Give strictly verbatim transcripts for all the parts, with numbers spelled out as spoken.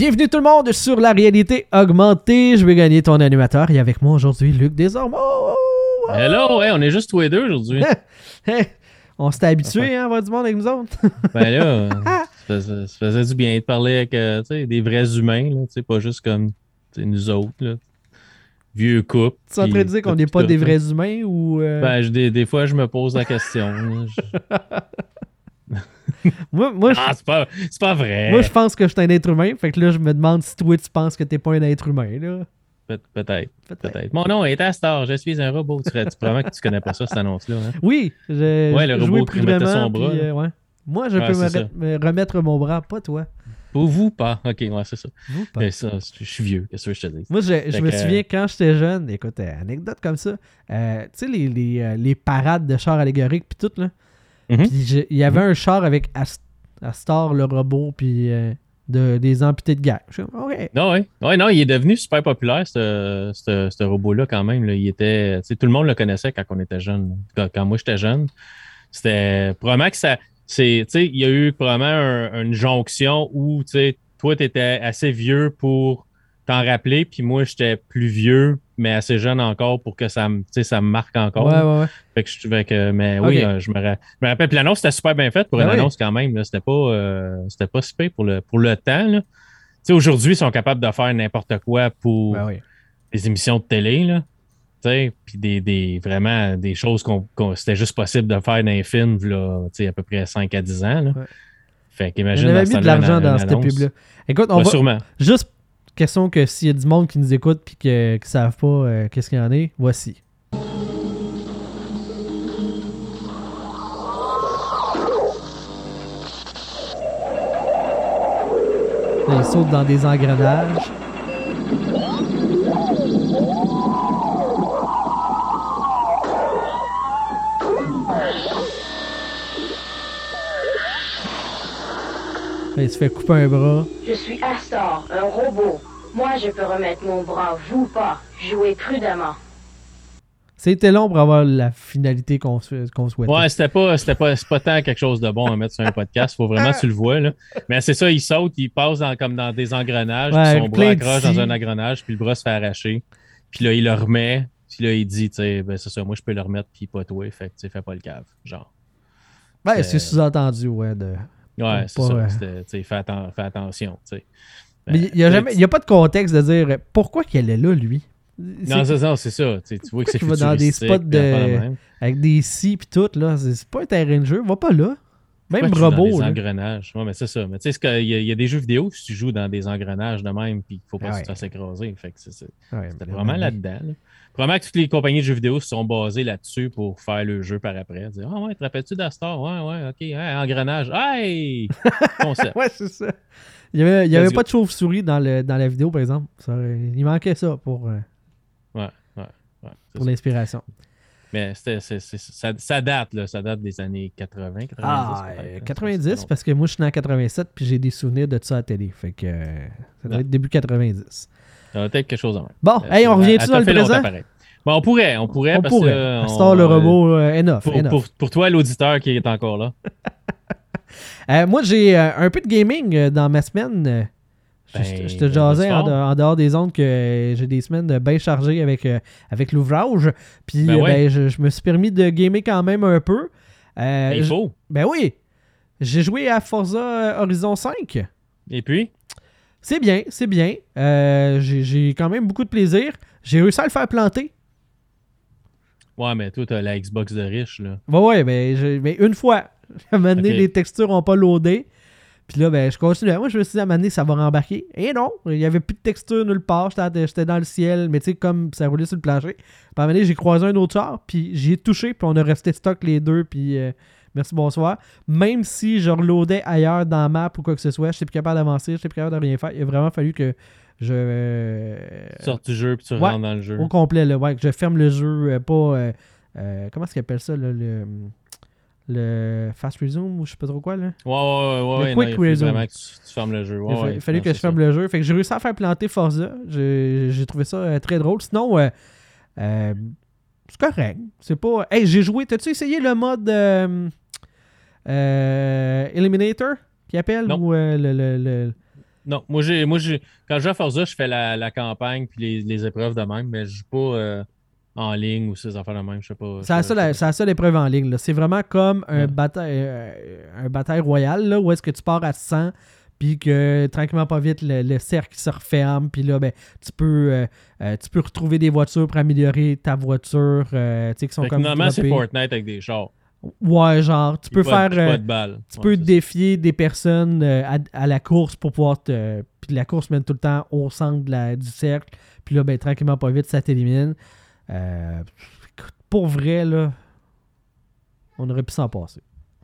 Bienvenue tout le monde sur la réalité augmentée. Je vais gagner ton animateur. Et avec moi aujourd'hui, Luc Desormeaux. Hello, hey, on est juste tous les deux aujourd'hui. On s'était habitué hein, à avoir du monde avec nous autres. Ben là, ça faisait, ça faisait du bien de parler avec euh, des vrais humains, là, pas juste comme nous autres, là, vieux couples. Tu es en train de dire qu'on n'est pas des vrais humains ou... Euh... Ben, je, des, des fois, je me pose la question. Là, je... moi, moi, ah, je... c'est pas, c'est pas vrai. Moi, je pense que je suis un être humain. Fait que là, je me demande si toi, tu penses que t'es pas un être humain, là. Pe- peut-être, peut-être. Peut-être. Mon nom est Astor, je suis un robot. Tu, tu probablement que tu connais pas ça, cette annonce-là. Hein? Oui, je, ouais, le robot qui remettait son bras. Puis, euh, ouais. Moi, je ouais, peux me, re- me remettre mon bras, pas toi. Pour vous, pas. Ok, ouais, c'est ça. Vous, pas. Mais ça, je suis vieux, qu'est-ce que je te dis? Moi, je, je me que... souviens quand j'étais jeune, écoute, euh, anecdote comme ça, euh, tu sais, les, les, euh, les parades de chars allégoriques, puis tout, là. Mm-hmm. Puis il y avait mm-hmm. un char avec Ast- Astor, le robot, puis euh, de, des amputés de guerre. Je, okay. Non, ouais. ouais, non, il est devenu super populaire, ce, ce, ce robot-là, quand même. Là. Il était, tout le monde le connaissait quand on était jeune. Quand, quand moi, j'étais jeune, c'était probablement que ça. C'est, il y a eu probablement un, une jonction où toi, tu étais assez vieux pour t'en rappeler, puis moi, j'étais plus vieux, mais assez jeune encore pour que ça me, ça me marque encore. Ouais, ouais, ouais. Fait que je trouvais que. Mais oui, okay. euh, je, me ra... je me rappelle. Puis l'annonce, c'était super bien faite pour ben une oui. annonce quand même. Là. C'était pas, euh, c'était pas super pour le, pour le temps. Là. Aujourd'hui, ils sont capables de faire n'importe quoi pour ben oui. des émissions de télé. Là. Puis des, des, vraiment des choses qu'on, qu'on c'était juste possible de faire dans les films là, à peu près cinq à dix ans. Là. Ouais. Fait qu'imagine. On avait mis de l'argent dans cette pub-là. Écoute, on ouais, va. Sûrement. Juste question que s'il y a du monde qui nous écoute et qui ne savent pas euh, qu'est-ce qu'il y en a, voici. Là, il saute dans des engrenages. Là, il se fait couper un bras. Je suis Astor, un robot. Moi, je peux remettre mon bras, vous pas. Jouez prudemment. C'était long pour avoir la finalité qu'on, qu'on souhaitait. Ouais, c'était pas, c'était pas, c'est pas tant quelque chose de bon à mettre sur un podcast. Faut vraiment que tu le vois, là. Mais c'est ça, il saute, il passe dans, comme dans des engrenages, ouais, puis son bras accroche dans un engrenage, puis le bras se fait arracher. Puis là, il le remet, puis là, il dit, tu sais, ben, c'est ça, moi, je peux le remettre, puis pas toi. Fait que, tu sais, fais pas le cave, genre. Ben, c'est, c'est sous-entendu, ouais, de... Ouais, c'est pas, ça. Euh... Fais, atten- fais attention. Ben, mais il n'y a, jamais, y a pas de contexte de dire pourquoi qu'il est là, lui. C'est... Non, c'est ça, c'est ça. Tu vois que c'est futuristique. Va dans des spots de... avec des scies pis tout, là. C'est, c'est pas un terrain de jeu. Va pas là. Même Pourquoi robot. Dans des là. engrenages. Ouais, mais c'est ça. Mais tu sais, il y, y a des jeux vidéo si tu joues dans des engrenages de même puis qu'il faut pas ah ouais. que tu te fasses écraser. Fait que c'est, c'est... Ouais, c'était vraiment bien. Là-dedans. Là. Probablement que toutes les compagnies de jeux vidéo se sont basées là-dessus pour faire le jeu par après. Dire, ah ouais, te rappelles-tu d'Astor? Ouais, ouais, ok. Hey, engrenage. Hey! Concept. Ouais, c'est ça. Il n'y avait, il y avait pas de chauve-souris dans, le, dans la vidéo, par exemple. Ça, il manquait ça pour, euh, ouais, ouais, ouais, pour l'inspiration. Mais c'était, c'est, c'est, ça, ça date, là. Ça date des années quatre-vingts, quatre-vingt-dix. Ah, euh, quatre-vingt-dix, parce que moi, je suis né en quatre-vingt-sept puis j'ai des souvenirs de ça à la télé. Fait que euh, ça doit non. être début quatre-vingt-dix. Ça doit être quelque chose en même. Bon, euh, hey, on revient-tu dans le présent? Bon, on pourrait, on pourrait. On parce pourrait. Que, Astor, le robot, euh, enough. Pour, enough. Pour, pour toi, l'auditeur qui est encore là. euh, moi, j'ai euh, un peu de gaming euh, dans ma semaine. Euh, ben, je, je te jasais en, en dehors des ondes que euh, j'ai des semaines bien chargées avec, euh, avec l'ouvrage. Puis ben, ouais. ben, je, je me suis permis de gamer quand même un peu. Euh, Il faut. Ben oui. J'ai joué à Forza Horizon cinq. Et puis? C'est bien, c'est bien. Euh, j'ai, j'ai quand même beaucoup de plaisir. J'ai réussi à le faire planter. Ouais, mais toi, t'as la Xbox de riche, là. Ouais, ouais, mais, je, mais une fois. À un moment donné, okay. les textures n'ont pas loadé. Puis là, ben, je continuais. Moi, je me suis dit, à un moment donné, ça va rembarquer. Et non, il n'y avait plus de texture nulle part. J'étais, j'étais dans le ciel, mais tu sais, comme ça roulait sur le plancher. Puis à un moment donné, j'ai croisé un autre char, puis j'y ai touché, puis on a resté stock les deux, puis euh, merci, bonsoir. Même si je reloadais ailleurs dans la map ou quoi que ce soit, je n'étais plus capable d'avancer, je n'étais plus capable de rien faire. Il a vraiment fallu que je... Euh, tu sortes du jeu, puis tu ouais, rentres dans le jeu. Au complet, là, ouais, que je ferme le jeu, euh, pas... Euh, euh, comment est-ce qu'ils appellent ça, là, le... Le fast resume ou je sais pas trop quoi là. Ouais, ouais, ouais. Le quick non, il resume. Vraiment que tu, tu fermes le jeu. Ouais, il a, ouais, il fallu non, que je ferme ça. le jeu. Fait que j'ai réussi à faire planter Forza. J'ai, j'ai trouvé ça euh, très drôle. Sinon, euh, euh, c'est correct. C'est pas. Hey, j'ai joué. T'as-tu essayé le mode euh, euh, Eliminator qui appelle non. ou euh, le, le, le. Non, moi, j'ai, moi j'ai, quand je joue à Forza, je fais la, la campagne puis les, les épreuves de même, mais je joue pas euh, en ligne ou ces affaires de même. Je sais pas. C'est la je sais- seule, je sais c'est la seule épreuve en ligne. Là. C'est vraiment comme un, Ouais. bataille, euh, un bataille royale là, où est-ce que tu pars à cent puis que tranquillement pas vite le, le cercle se referme puis là ben tu peux euh, euh, tu peux retrouver des voitures pour améliorer ta voiture euh, tu sais qui sont Fait que comme normalement, c'est droppées. Fortnite avec des chars. Ouais, genre tu Puis peux pas, faire puis euh, pas de balles. tu Ouais, peux c'est ça. défier des personnes euh, à, à la course pour pouvoir te puis la course mène tout le temps au centre de la- du cercle puis là ben tranquillement pas vite ça t'élimine. Euh, écoute, pour vrai là on aurait pu s'en passer.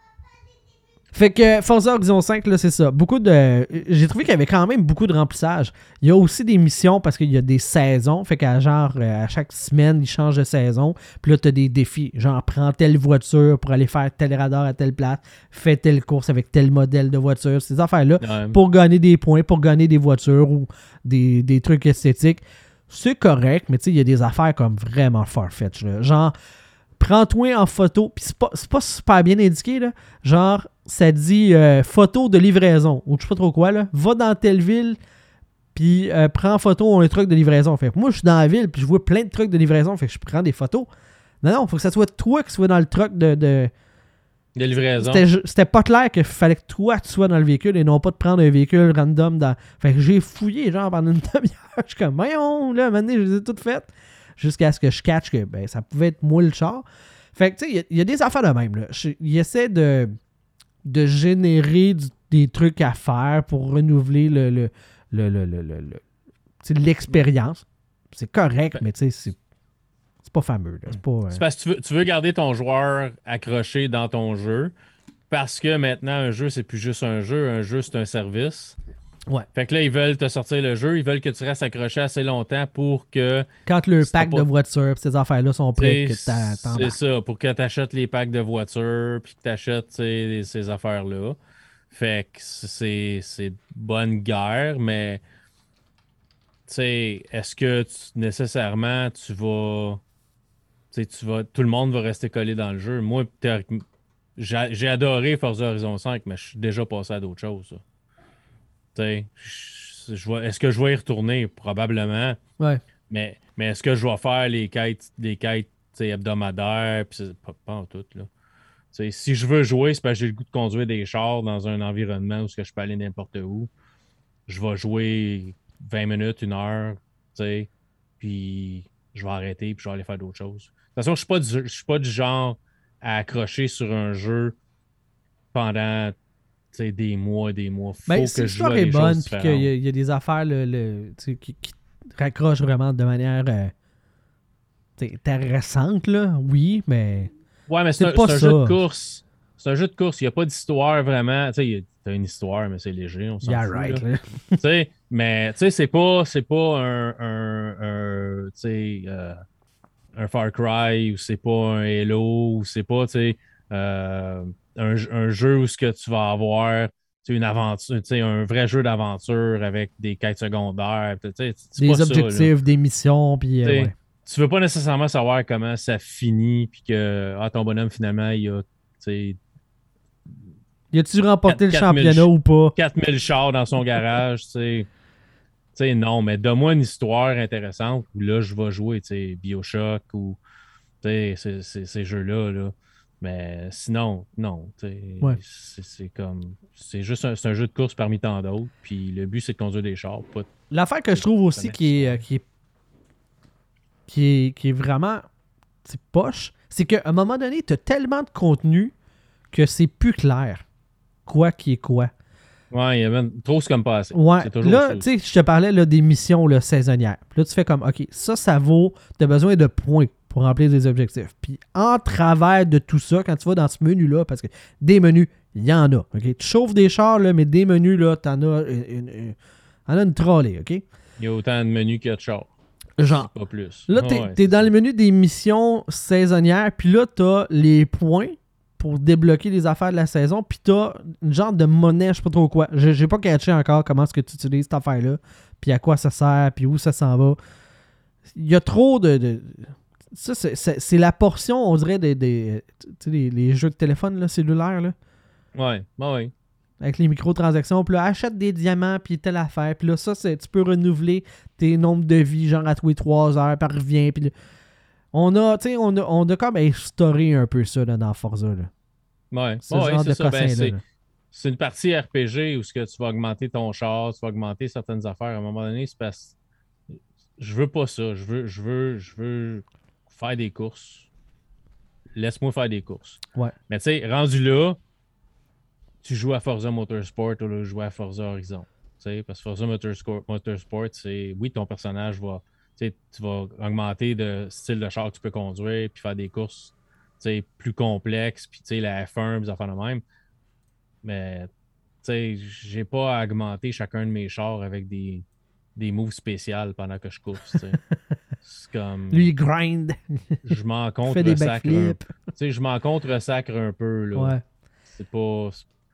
Fait que Forza Horizon cinq, là, c'est ça. Beaucoup de. J'ai trouvé qu'il y avait quand même beaucoup de remplissage. Il y a aussi des missions parce qu'il y a des saisons. Fait qu'à genre, euh, à chaque semaine, ils changent de saison. Puis là, t'as des défis. Genre, prends telle voiture pour aller faire tel radar à telle place. Fais telle course avec tel modèle de voiture. Ces affaires-là, Ouais. pour gagner des points, pour gagner des voitures ou des, des trucs esthétiques. C'est correct, mais tu sais, il y a des affaires comme vraiment far-fetched. Là. Genre, prends-toi en photo. Puis c'est pas, c'est pas super bien indiqué, là. Genre, ça dit euh, photo de livraison. Ou je sais pas trop quoi, là. Va dans telle ville, puis euh, prends photo un truc de livraison. Fait que moi, je suis dans la ville, puis je vois plein de trucs de livraison. Fait que je prends des photos. Non, non, faut que ça soit toi qui sois dans le truck de. de... De livraison. C'était, c'était pas clair qu'il fallait que toi tu sois dans le véhicule et non pas de prendre un véhicule random dans. Fait que j'ai fouillé, genre, pendant une demi-heure. Je suis comme, voyons, là, maintenant, je les ai toutes faites. Jusqu'à ce que je catch que ben, ça pouvait être moi le char. Fait que, tu sais, il y, y a des affaires de même. Là. Je, il essaie de, de générer du, des trucs à faire pour renouveler le, le, le, le, le, le, le tu sais, l'expérience. C'est correct, mais tu sais, c'est, c'est pas fameux. Là. C'est pas. euh, C'est parce que tu veux, tu veux garder ton joueur accroché dans ton jeu parce que maintenant, un jeu, c'est plus juste un jeu. Un jeu, c'est un service. Ouais. Fait que là, ils veulent te sortir le jeu. Ils veulent que tu restes accroché assez longtemps pour que. Quand le c'est pack pas- de voitures et ces affaires-là sont prêts, que T'sais, t'as, C'est t'embarques. ça, pour que tu achètes les packs de voitures puis que tu achètes ces affaires-là. Fait que c'est c'est bonne guerre, mais tu sais, est-ce que tu- nécessairement tu vas. Tu sais, tu vas. Tout le monde va rester collé dans le jeu. Moi, théoriquement, j'ai j'ai adoré Forza Horizon cinq, mais je suis déjà passé à d'autres choses. ça. Tu sais, je- je vais- est-ce que je vais y retourner? Probablement. Ouais. Mais, mais est-ce que je vais faire les quêtes, les quêtes tu sais, hebdomadaires? Puis c'est pas, pas en tout, là. Tu sais, si je veux jouer, c'est parce que j'ai le goût de conduire des chars dans un environnement où ce que je peux aller n'importe où. Je vais jouer vingt minutes, une heure, tu sais, puis je vais arrêter puis je vais aller faire d'autres choses. De toute façon, je suis pas du, je suis pas du genre à accrocher sur un jeu pendant tu sais, des mois et des mois. Faut Ben, que si je joue l'histoire à est des bonne, choses puis différentes. qu'il y, a- il y a des affaires le, le, tu sais, qui, qui te raccrochent vraiment de manière euh, tu sais, intéressante, là, oui, mais. Ouais, mais C'est c'est un, pas c'est un ça. jeu de course. C'est un jeu de course. Il n'y a pas d'histoire vraiment. Tu sais, il y a- t'as une histoire, mais c'est léger, on s'en Yeah, fout. right, là. là. Tu sais, mais tu sais, c'est pas, c'est pas un, un, un, tu sais, euh, un Far Cry ou c'est pas un Halo ou c'est pas, tu sais, euh, un, un jeu où ce que tu vas avoir, tu sais, une aventure, tu sais, un vrai jeu d'aventure avec des quêtes secondaires. Tu sais, c'est Des pas ça, là. objectifs, des missions, puis. euh, T'sais, ouais. Tu veux pas nécessairement savoir comment ça finit, puis que ah, ton bonhomme, finalement, il a t'sais, Y a-tu remporté le quatre mille championnat ou pas? quatre mille chars dans son garage. t'sais. T'sais, non, mais donne-moi une histoire intéressante où là, je vais jouer t'sais, BioShock ou t'sais, ces, ces, ces jeux-là. Là. Mais sinon, non. t'sais, Ouais. C'est, c'est comme. C'est juste un, c'est un jeu de course parmi tant d'autres. Puis le but, c'est de conduire des chars. Pas de- L'affaire que je trouve aussi qui est, euh, qui est, qui est, qui est vraiment c'est poche, c'est qu'à un moment donné, t'as tellement de contenu que c'est plus clair quoi qui est quoi. Ouais, il y a même trop, c'est comme pas assez. Ouais, C'est toujours là, ça tu aussi. sais, je te parlais là, des missions là, saisonnières. Puis là, tu fais comme, OK, ça, ça vaut, t'as besoin de points pour remplir des objectifs. Puis en travers de tout ça, quand tu vas dans ce menu-là, parce que des menus, il y en a, OK? Tu chauffes des chars, là, mais des menus, là, t'en as une, une, une, t'en as une trolley, OK? Il y a autant de menus qu'il y a de chars. Genre, Pas plus. là, Ah t'es, ouais, t'es c'est dans ça. le menu des missions saisonnières, puis là, t'as les points pour débloquer les affaires de la saison, puis t'as une genre de monnaie, je sais pas trop quoi. J'ai, j'ai pas catché encore comment est-ce que tu utilises cette affaire-là, puis à quoi ça sert, puis où ça s'en va. Il y a trop de... de- ça, c'est, c'est, c'est la portion, on dirait, des, des tu sais, les, les jeux de téléphone là, cellulaires, là. Ouais, bah ouais. avec les microtransactions. Puis là, achète des diamants, puis telle affaire. Puis là, ça, c'est, tu peux renouveler tes nombres de vie, genre à tous les trois heures, par revient. Puis là, on a, tu sais, on a, on a comme instauré un peu ça là, dans Forza. Là. Ouais, ce ouais, genre c'est de ça. Ben, cossin-là. c'est, là. c'est une partie R P G où ce que tu vas augmenter ton char, tu vas augmenter certaines affaires. À un moment donné, c'est parce que je veux pas ça. Je veux, je veux, je veux faire des courses. Laisse-moi faire des courses. Ouais. Mais tu sais, rendu là, tu joues à Forza Motorsport ou là, jouer à Forza Horizon. T'sais, parce que Forza Motorsport, Motorsport, c'est oui, ton personnage va. Tu vas augmenter le style de char que tu peux conduire, puis faire des courses plus complexes, puis la F un, des affaires de même. Mais j'ai pas à augmenter chacun de mes chars avec des, des moves spéciales pendant que je course. C'est comme. Lui, il grind. Je m'en fait des contre-sacre un, backflips. je m'en contre-sacre un peu. Là. Ouais. C'est pas.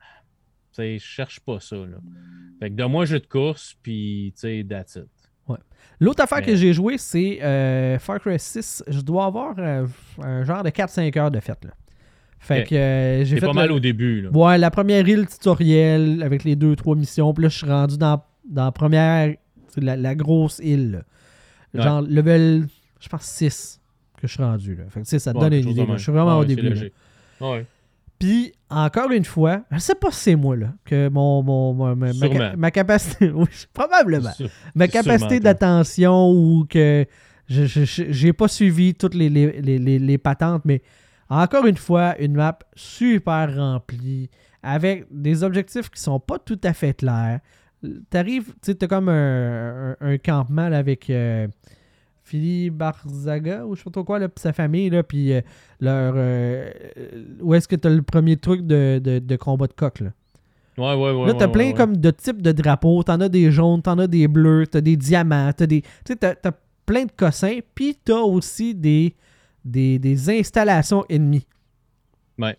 Je cherche pas ça. Là. Fait que de moi, jeu de course, puis tu sais, that's it. Ouais. L'autre affaire Mais... que j'ai joué, c'est euh, Far Cry six. Je dois avoir euh, un genre de quatre cinq heures de fête. Là. Fait okay. que euh, j'ai c'est fait. pas mal le... au début. Là. Ouais, la première île tutoriel avec les deux trois missions. Puis là, je suis rendu dans, dans la première. La, la grosse île. Là. Genre, ouais. level, je pense six que je suis rendu. Là. Fait que, ça te ouais, donne une idée. Je suis vraiment ouais, au début. Ouais. Puis, encore une fois, je sais pas si c'est moi, là, que mon, mon, mon ma, ma, ma capacité, oui, probablement, ma capacité d'attention ou que je, je, je, j'ai pas suivi toutes les, les, les, les, les patentes, mais encore une fois, une map super remplie, avec des objectifs qui sont pas tout à fait clairs. T'arrives, tu sais, t'as comme un, un, un campement là, avec... Euh, Philippe Barzaga ou je sais pas trop quoi, là, pis sa famille, là, puis euh, leur... Euh, où est-ce que t'as le premier truc de, de, de combat de coq, là? Ouais, ouais, ouais. Là, t'as ouais, plein ouais, comme ouais. de types de drapeaux. T'en as des jaunes, t'en as des bleus, t'as des diamants, t'as des... Tu sais, t'as, t'as plein de cossins, puis t'as aussi des, des, des installations ennemies. Ouais.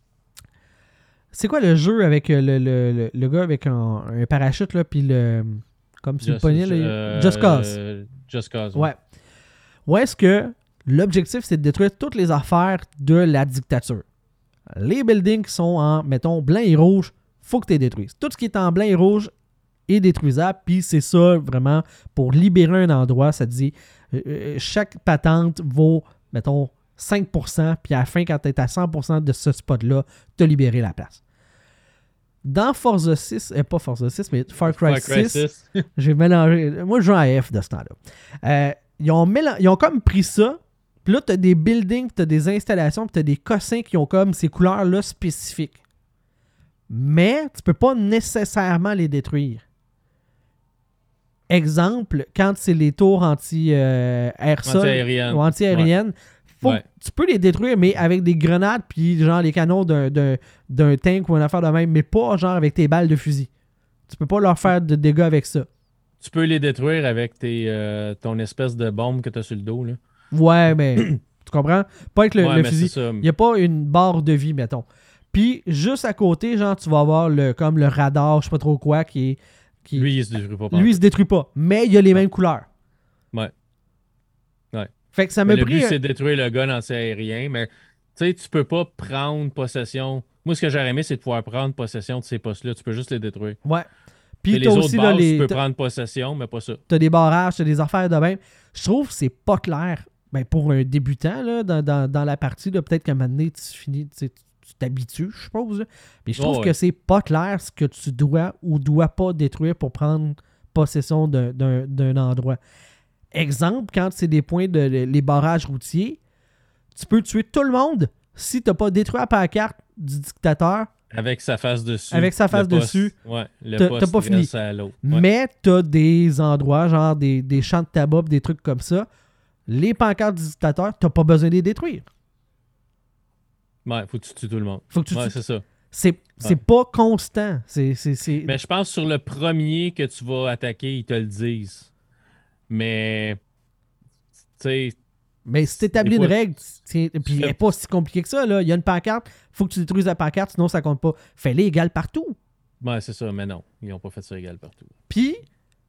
C'est quoi le jeu avec le, le, le, le gars avec un, un parachute, là, puis le... Comme sur le poignet, là, euh, Just Cause. Euh, Just Cause, ouais. ouais. Où est-ce que l'objectif, c'est de détruire toutes les affaires de la dictature. Les buildings qui sont en, mettons, blanc et rouge, faut que tu les détruises. Tout ce qui est en blanc et rouge est détruisable, puis c'est ça, vraiment, pour libérer un endroit, ça te dit, euh, chaque patente vaut, mettons, cinq pour cent, puis à la fin, quand tu es à cent pour cent de ce spot-là, tu as libéré la place. Dans Forza six, euh, pas Forza six, mais Far Cry, Far Cry six, six. J'ai mélangé, moi je joue à F de ce temps-là. Euh, Ils ont, mélang... ils ont comme pris ça, puis là, tu as des buildings, tu as des installations, puis tu as des cossins qui ont comme ces couleurs-là spécifiques. Mais tu peux pas nécessairement les détruire. Exemple, quand c'est les tours anti-air-sol anti-aériennes, ou anti-aériennes, faut ouais. tu peux les détruire, mais avec des grenades, puis genre les canons d'un, d'un, d'un tank ou une affaire de même, mais pas genre avec tes balles de fusil. Tu peux pas leur faire de dégâts avec ça. Tu peux les détruire avec tes, euh, ton espèce de bombe que tu as sur le dos. Là. Ouais, mais tu comprends? Pas avec le, ouais, le fusil. Il n'y a pas une barre de vie, mettons. Puis, juste à côté, genre, tu vas avoir le, comme le radar, je sais pas trop quoi, qui est... Qui... Lui, il se détruit pas. Lui, il se détruit pas. Mais il y a les mêmes couleurs. Ouais. Ouais. Fait que ça me pris... Le but, c'est de détruire le gun anti-aérien, mais tu sais, tu peux pas prendre possession... Moi, ce que j'aurais aimé, c'est de pouvoir prendre possession de ces postes-là. Tu peux juste les détruire. Ouais. Puis les aussi, autres bases, là, les... tu peux prendre possession, mais pas ça. T'as des barrages, t'as des affaires de même. Je trouve que c'est pas clair. Ben, pour un débutant, là, dans, dans, dans la partie, là, peut-être qu'à un moment donné, tu finis, tu t'habitues, je suppose. Là. Mais je trouve oh, ouais. que c'est pas clair ce que tu dois ou dois pas détruire pour prendre possession d'un, d'un, d'un endroit. Exemple, quand c'est des points de, de les barrages routiers, tu peux tuer tout le monde si t'as pas détruit la pancarte du dictateur. Avec sa face dessus. Avec sa face le dessus. Poste, ouais, le t'as, poste t'as pas fini. À l'autre. Ouais. Mais t'as des endroits, genre des, des champs de tabac, des trucs comme ça. Les pancartes du dictateur, t'as pas besoin de les détruire. Ouais, faut que tu tues tout le monde. Faut que tu ouais, tues... c'est ça. C'est, c'est ouais. pas constant. C'est, c'est, c'est... Mais je pense que sur le premier que tu vas attaquer, ils te le disent. Mais, tu sais... Mais si t'établis une règle, puis elle n'est pas si compliqué que ça, là. Il y a une pancarte, faut que tu détruises la pancarte, sinon ça compte pas. Fais-les égal partout. Ouais, c'est ça, mais non. Ils n'ont pas fait ça égal partout. Puis,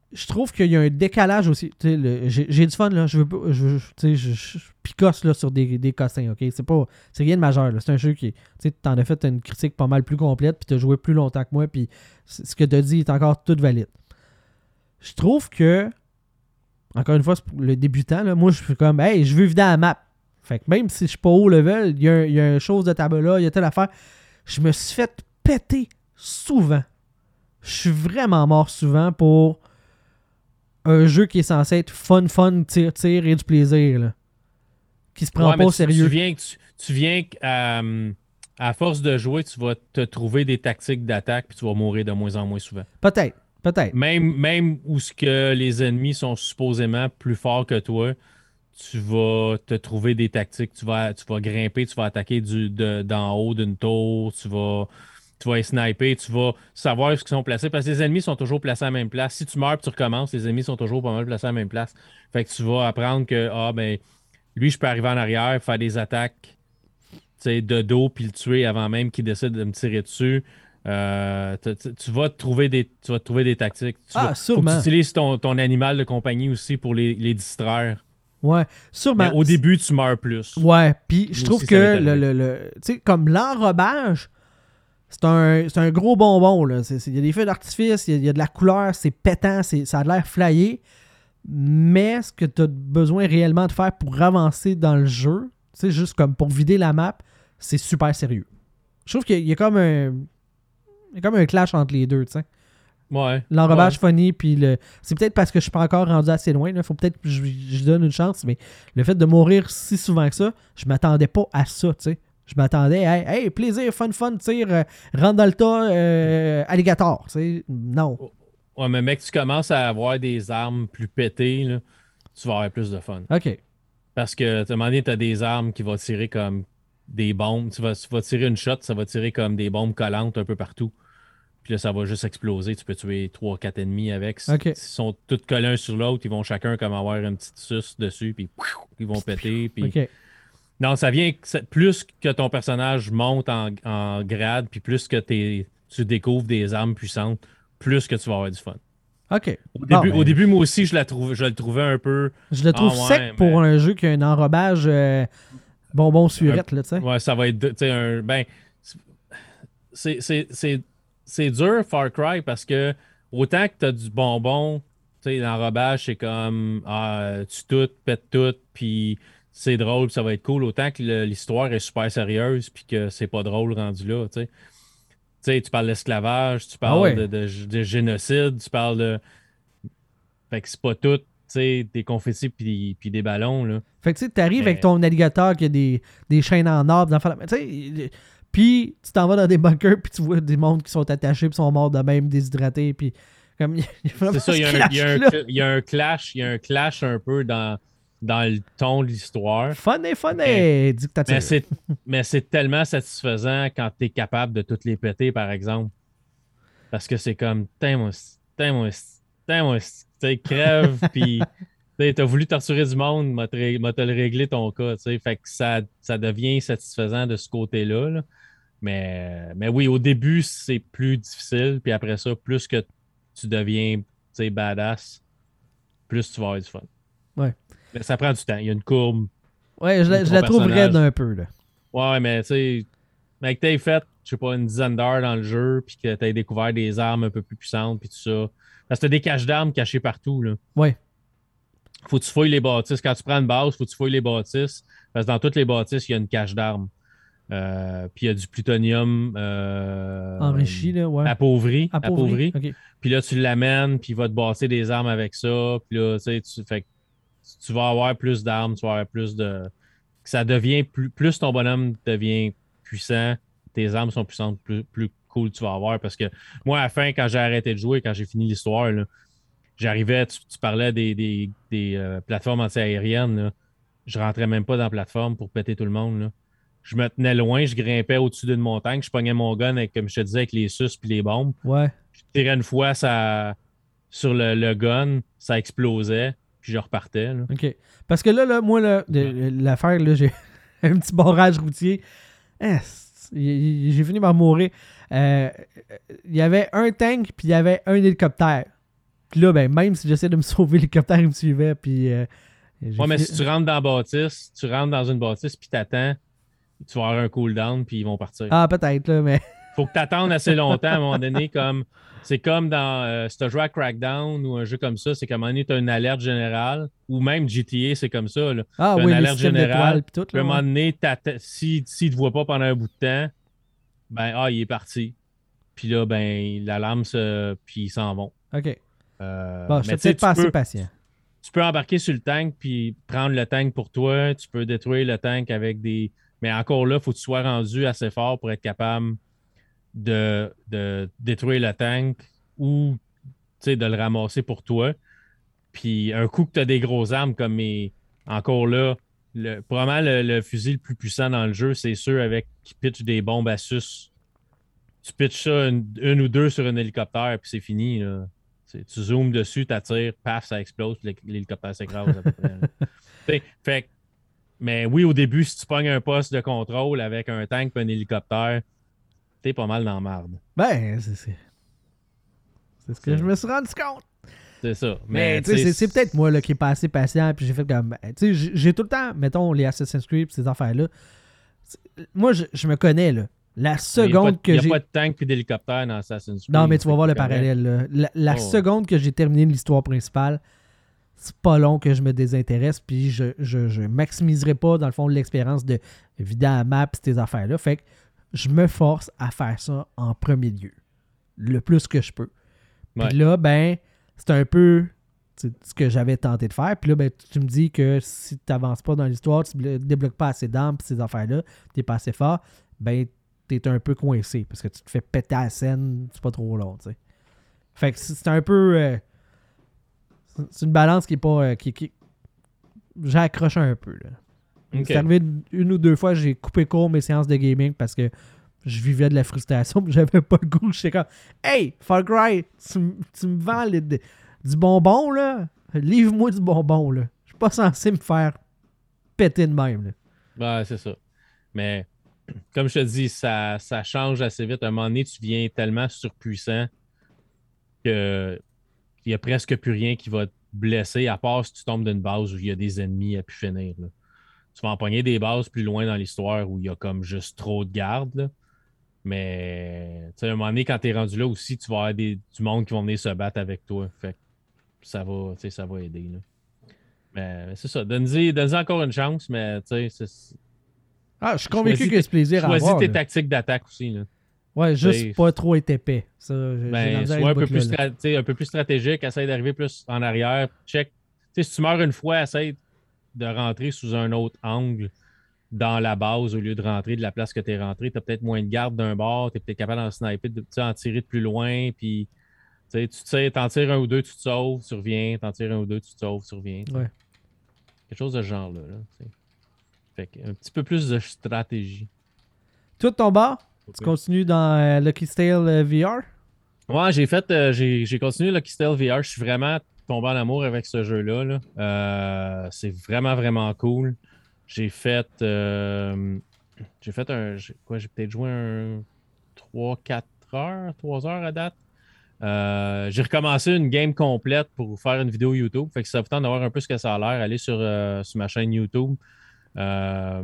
je trouve qu'il y a un décalage aussi. Le, j'ai, j'ai du fun, là. Je veux pas. Je, je, je, je picosse là, sur des, des cossins, ok? C'est pas. C'est rien de majeur, là. C'est un jeu qui. Tu t'en as fait une critique pas mal plus complète, puis t'as joué plus longtemps que moi, puis ce que t'as dit est encore tout valide. Je trouve que. Encore une fois, c'est pour le débutant, là. Moi, je suis comme, hey, je veux vider la map. Fait que même si je suis pas haut level, il y a, y a une chose de table là, il y a telle affaire. Je me suis fait péter souvent. Je suis vraiment mort souvent pour un jeu qui est censé être fun, fun, tir, tir et du plaisir, là. Qui se prend ouais, pas au tu, sérieux. Tu viens, tu, tu viens à, à force de jouer, tu vas te trouver des tactiques d'attaque puis tu vas mourir de moins en moins souvent. Peut-être, peut-être. Même, même où ce que les ennemis sont supposément plus forts que toi, tu vas te trouver des tactiques. Tu vas, tu vas grimper, tu vas attaquer du, de, d'en haut d'une tour, tu vas, tu vas les sniper, tu vas savoir où ils sont placés parce que les ennemis sont toujours placés à la même place. Si tu meurs et tu recommences, les ennemis sont toujours pas mal placés à la même place. Fait que tu vas apprendre que, ah, ben, lui, je peux arriver en arrière, faire des attaques de dos puis le tuer avant même qu'il décide de me tirer dessus. Euh, tu, tu, tu vas te trouver des, tu vas te trouver des tactiques. Tu ah, vas, sûrement. Faut que tu utilises ton, ton animal de compagnie aussi pour les, les distraire. Ouais, sûrement. Mais au début, tu meurs plus. Ouais, puis je trouve aussi, que le, le, le tu sais, comme l'enrobage, c'est un, c'est un gros bonbon, là. Il y a des feux d'artifice, il y, y a de la couleur, c'est pétant, c'est, ça a l'air flyé. Mais ce que tu as besoin réellement de faire pour avancer dans le jeu, tu sais, juste comme pour vider la map, c'est super sérieux. Je trouve qu'il y a, il y a comme un. Il y a comme un clash entre les deux, tu sais. Ouais. L'enrobage ouais. funny, puis le. C'est peut-être parce que je suis pas encore rendu assez loin. Il faut peut-être que je, je donne une chance, mais le fait de mourir si souvent que ça, je m'attendais pas à ça, tu sais. Je m'attendais à hey, hey, plaisir, fun, fun, tire, euh, rentre dans le tas, euh, alligator, tu sais. Non. Ouais, mais mec, tu commences à avoir des armes plus pétées, là, tu vas avoir plus de fun. OK. Parce que, à un moment donné, tu as des armes qui vont tirer comme des bombes. Tu vas, tu vas tirer une shot, ça va tirer comme des bombes collantes un peu partout. Puis là, ça va juste exploser. Tu peux tuer trois quatre ennemis avec. Okay. S'ils sont tous collés un sur l'autre, ils vont chacun comme avoir une petite suce dessus, puis ils vont péter. Puis... Okay. Non, ça vient... Plus que ton personnage monte en, en grade, puis plus que t'es, tu découvres des armes puissantes, plus que tu vas avoir du fun. OK. Au début, bon, au ben, début moi aussi, je, la trouve, je le trouvais un peu... Je le trouve ah, ouais, sec mais... pour un jeu qui a un enrobage euh, bonbon surette, là, tu sais. Ouais, ça va être... Tu sais, un... Ben... C'est... c'est, c'est... C'est dur, Far Cry, parce que autant que tu as du bonbon, tu sais, l'enrobage, c'est comme ah, tu tout, pètes tout, puis c'est drôle, puis ça va être cool. Autant que le, l'histoire est super sérieuse, puis que c'est pas drôle rendu là, tu sais. Tu sais, tu parles d'esclavage, tu parles ah ouais. de, de, de génocide, tu parles de. Fait que c'est pas tout, tu sais, des confettis puis, puis des ballons, là. Fait que tu sais, t'arrives Mais... avec ton alligator qui a des, des chaînes en or, des enfants. Tu sais. Puis tu t'en vas dans des bunkers, puis tu vois des mondes qui sont attachés, puis sont morts de même, déshydratés, puis comme il y a c'est ça, il y, a un, il, y a un, il y a un clash, il y a un clash un peu dans, dans le ton de l'histoire. Fun et fun et dictature. Mais c'est, mais c'est tellement satisfaisant quand t'es capable de toutes les péter, par exemple. Parce que c'est comme, tain moi, tain moi, tain moi, tu sais, crève, puis t'as voulu torturer du monde, m'a te le régler ton cas, tu sais. Fait que ça, ça devient satisfaisant de ce côté-là, là. Mais, mais oui, au début, c'est plus difficile. Puis après ça, plus que tu deviens badass, plus tu vas avoir du fun. Ouais. Mais ça prend du temps. Il y a une courbe. Ouais, je la, je la trouve raide un peu, là. Ouais, mais tu sais, mais que t'aies fait, je sais pas, une dizaine d'heures dans le jeu, puis que t'aies découvert des armes un peu plus puissantes, puis tout ça. Parce que t'as des caches d'armes cachées partout, là. Ouais. Faut que tu fouilles les bâtisses. Quand tu prends une base, faut que tu fouilles les bâtisses. Parce que dans toutes les bâtisses, il y a une cache d'armes. Euh, puis il y a du plutonium euh, enrichi, là, ouais. Appauvri. Appauvri. appauvri. Okay. Puis là, tu l'amènes, puis il va te bâtir des armes avec ça. Puis là, tu sais, tu, fait, tu vas avoir plus d'armes, tu vas avoir plus de. Ça devient plus, plus ton bonhomme devient puissant, tes armes sont puissantes, plus, plus cool tu vas avoir. Parce que moi, à la fin, quand j'ai arrêté de jouer, quand j'ai fini l'histoire, là, j'arrivais, tu, tu parlais des, des, des euh, plateformes anti-aériennes. Là. Je rentrais même pas dans la plateforme pour péter tout le monde. Là. Je me tenais loin, je grimpais au-dessus d'une montagne, je pognais mon gun, avec, comme je te disais, avec les sus puis les bombes. Ouais. Je tirais une fois ça, sur le, le gun, ça explosait, puis je repartais. Là. OK. Parce que là, là moi, là, ouais. l'affaire, là, j'ai un petit barrage routier. Ah, j'ai fini par mourir. Il euh, y avait un tank, puis il y avait un hélicoptère. Puis là, ben, même si j'essaie de me sauver, l'hélicoptère, il me suivait. Puis. Euh, ouais, mais si tu rentres dans la bâtisse, tu rentres dans une bâtisse, puis t'attends, tu vas avoir un cooldown, puis ils vont partir. Ah, peut-être, là, mais. Faut que tu attendes assez longtemps à un moment donné, comme. C'est comme dans. Euh, si tu as joué à Crackdown ou un jeu comme ça, c'est qu'à un moment donné, tu as une alerte générale, ou même G T A, c'est comme ça. Là. Ah t'as oui, une alerte générale. Puis tout, puis à un là, moment ouais. donné, s'il si, ne te voit pas pendant un bout de temps, ben, ah, il est parti. Puis là, ben, l'alarme, se... puis ils s'en vont. OK. Euh, Bon, je mais suis peut-être pas assez peux, patient. Tu peux embarquer sur le tank puis prendre le tank pour toi. Tu peux détruire le tank avec des. Mais encore là, il faut que tu sois rendu assez fort pour être capable de, de détruire le tank ou de le ramasser pour toi. Puis un coup que tu as des grosses armes comme mes. Encore là, le, probablement le, le fusil le plus puissant dans le jeu, c'est ceux avec qui pitchent des bombes à sus. Tu pitches ça une, une ou deux sur un hélicoptère, puis c'est fini. Là. Tu zoomes dessus, tu attires, paf, ça explose, puis l'hélicoptère s'écrase à peu près. Fait, mais oui, au début, si tu pognes un poste de contrôle avec un tank et un hélicoptère, t'es pas mal dans la marde. Ben, c'est, c'est... c'est ce que je me suis rendu compte. C'est ça. Mais, mais tu sais, c'est, c'est peut-être moi là, qui est pas assez patient, puis j'ai fait comme. Tu sais, j'ai tout le temps, mettons, les Assassin's Creed, ces affaires-là. Moi, je, je me connais, là. La seconde que j'ai. Il n'y a pas de tank puis d'hélicoptère dans Assassin's Creed. Non, mais tu vas voir le parallèle. Là. La, la oh. seconde que j'ai terminé l'histoire principale, c'est pas long que je me désintéresse, puis je, je, je maximiserai pas, dans le fond, l'expérience de vider la map et ces affaires-là. Fait que je me force à faire ça en premier lieu. Le plus que je peux. Puis ouais. là, ben, c'est un peu ce que j'avais tenté de faire. Puis là, ben, tu me dis que si tu n'avances pas dans l'histoire, tu ne débloques pas assez d'armes et ces affaires-là, tu n'es pas assez fort, ben, t'es un peu coincé parce que tu te fais péter à la scène, c'est pas trop long, tu sais. Fait que c'est un peu. Euh, c'est une balance qui est pas. Euh, qui, qui... J'accroche un peu, là. Okay. C'est arrivé une, une ou deux fois, j'ai coupé court mes séances de gaming parce que je vivais de la frustration, mais j'avais pas le goût. J'étais comme, hey, Far Cry, tu, tu me vends les, de, du bonbon, là. Livre-moi du bonbon, là. Je suis pas censé me faire péter de même, là. Ben, c'est ça. Mais. Comme je te dis, ça, ça change assez vite. À un moment donné, tu viens tellement surpuissant qu'il n'y a presque plus rien qui va te blesser, à part si tu tombes d'une base où il y a des ennemis à pu finir. Là. Tu vas empoigner des bases plus loin dans l'histoire où il y a comme juste trop de gardes. Là. Mais à un moment donné, quand tu es rendu là aussi, tu vas avoir des, du monde qui vont venir se battre avec toi. Fait que ça va, ça va aider. Là. Mais, mais c'est ça. Donne-y, donne-y encore une chance, mais tu sais, c'est. Ah, je suis convaincu qu'il y a ce plaisir à avoir. Choisis tes là. tactiques d'attaque aussi. Là. Ouais, juste t'sais, pas trop être épais. Ça, ben, soit un peu, plus stra- un peu plus stratégique, essaye d'arriver plus en arrière. Check. T'sais, si tu meurs une fois, essaye de rentrer sous un autre angle dans la base au lieu de rentrer de la place que tu es rentré. Tu as peut-être moins de garde d'un bord, tu es peut-être capable d'en sniper, de, en tirer de plus loin. Puis, tu sais, t'en tires un ou deux, tu te sauves, tu reviens. T'en tires un ou deux, tu te sauves, tu reviens. Ouais. Quelque chose de ce genre-là. Là, fait que, un petit peu plus de stratégie. Toi, de ton bord, okay. Tu continues dans euh, Lucky Tale euh, V R? Ouais, j'ai fait, euh, j'ai, j'ai continué Lucky Tale V R. Je suis vraiment tombé en amour avec ce jeu-là. Là. Euh, c'est vraiment, vraiment cool. J'ai fait, euh, j'ai fait un, j'ai, quoi, j'ai peut-être joué un trois quatre heures, trois heures à date. Euh, j'ai recommencé une game complète pour faire une vidéo YouTube. Fait que ça vous tente d'avoir un peu ce que ça a l'air. Allez sur, euh, sur ma chaîne YouTube. Euh,